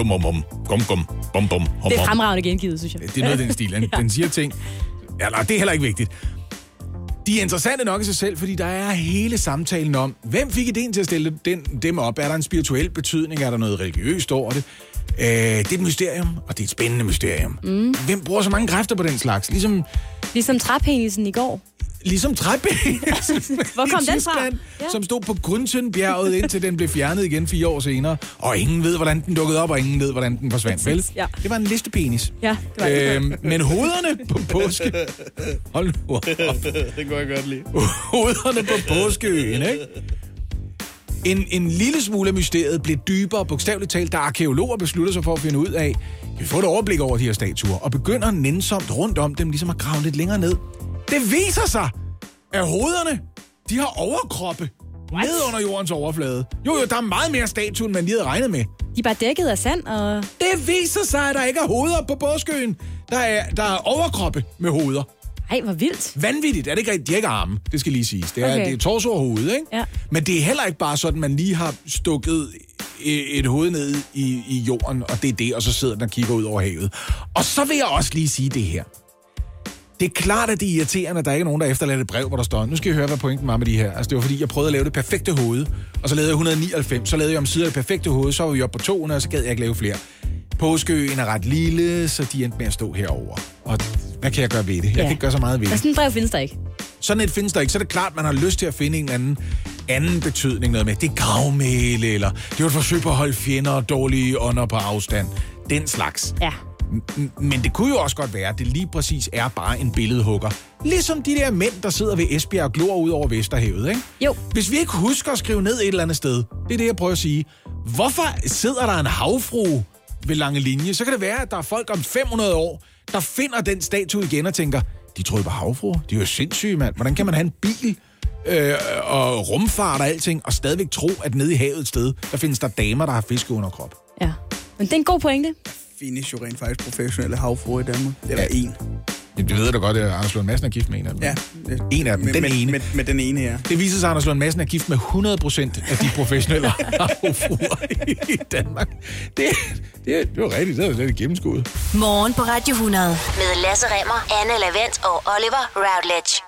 bum. Det er fremragende gengivet, synes jeg. Det er noget af den stil. Den siger ting. Ja, nej, det er heller ikke vigtigt. De er interessante nok i sig selv, fordi der er hele samtalen om, hvem fik idéen til at stille dem op? Er der en spirituel betydning? Er der noget religiøst over det? Det er et mysterium, og det er et spændende mysterium. Mm. Hvem bruger så mange kræfter på den slags? Ligesom træpenisen i går. Ligesom træpenisen. Hvor kom den fra? Ja. Som stod på Grünthenbjerget, indtil den blev fjernet igen 4 år senere. Og ingen ved, hvordan den dukkede op, og ingen ved, hvordan den forsvandt. Vel? Ja. Det var en listepenis. Ja, det var det. Men hovederne på påske... Hold nu op. Det går jeg godt lide. Hovederne på påskeøen, ikke? En lille smule af mysteriet blev dybere, bogstaveligt talt, da arkeologer beslutter sig for at finde ud af, kan vi få et overblik over de her statuer, og begynder nænsomt rundt om dem, ligesom at grave lidt længere ned. Det viser sig, at hovederne, de har overkroppe ned under jordens overflade. Jo, der er meget mere statue, end man lige havde regnet med. De er bare dækket af sand, og... Det viser sig, at der ikke er hoveder på påskeøen. Der er overkroppe med hoveder. Ej, hvor vildt. Vanvittigt. Er det ikke, de er ikke arme, det skal lige siges. Det er torso og hoved, ikke? Ja. Men det er heller ikke bare sådan, man lige har stukket et hoved ned i jorden, og det er det, og så sidder den og kigger ud over havet. Og så vil jeg også lige sige det her. Det er klart, at det er irriterende, at der ikke er nogen, der efterlader et brev, hvor der står, nu skal I høre, hvad pointen var med de her. Altså, det var fordi, jeg prøvede at lave det perfekte hoved, og så lavede jeg 199, så lavede jeg om siden af det perfekte hoved, så var vi oppe på 200, og så gad jeg ikke lave flere. Påskeøen er ret lille, så de endte med at stå herover. Og hvad kan jeg gøre ved det? Jeg kan ikke gøre så meget ved det. Sådan et brev findes der ikke. Sådan et findes der ikke. Så er det klart, at man har lyst til at finde en eller anden betydning noget med. Det er gravmæle, eller det er et forsøg på at holde fjender og dårlige ånder på afstand. Den slags. Ja. Men det kunne jo også godt være, at det lige præcis er bare en billedhugger. Ligesom de der mænd, der sidder ved Esbjerg og glor ud over Vesterhavet, ikke? Jo. Hvis vi ikke husker at skrive ned et eller andet sted, det er det, jeg prøver at sige. Hvorfor sidder der en havfrue ved Lange Linje? Så kan det være, at der er folk om 500 år, der finder den statue igen og tænker, de troede på havfrue. De er jo sindssyge, mand. Hvordan kan man have en bil og rumfart og alting, og stadigvæk tro, at nede i havet et sted, der findes der damer, der har fiskeunderkrop? Ja, men det er en god pointe. Findes jo rent faktisk professionelle havfruer i Danmark. Det er en. Jamen, det ved da godt, at Anders Lund Madsen er gift med en af dem. Ja. En af dem. Den ene. Med den ene, ja. Det viser sig, at Anders Lund Madsen er gift med 100% af de professionelle havfruer i Danmark. Det var rigtigt. Det var slet ikke gennemskuet. Morgen på Radio 100 med Lasse Remmer, Anne Lavent og Oliver Routledge.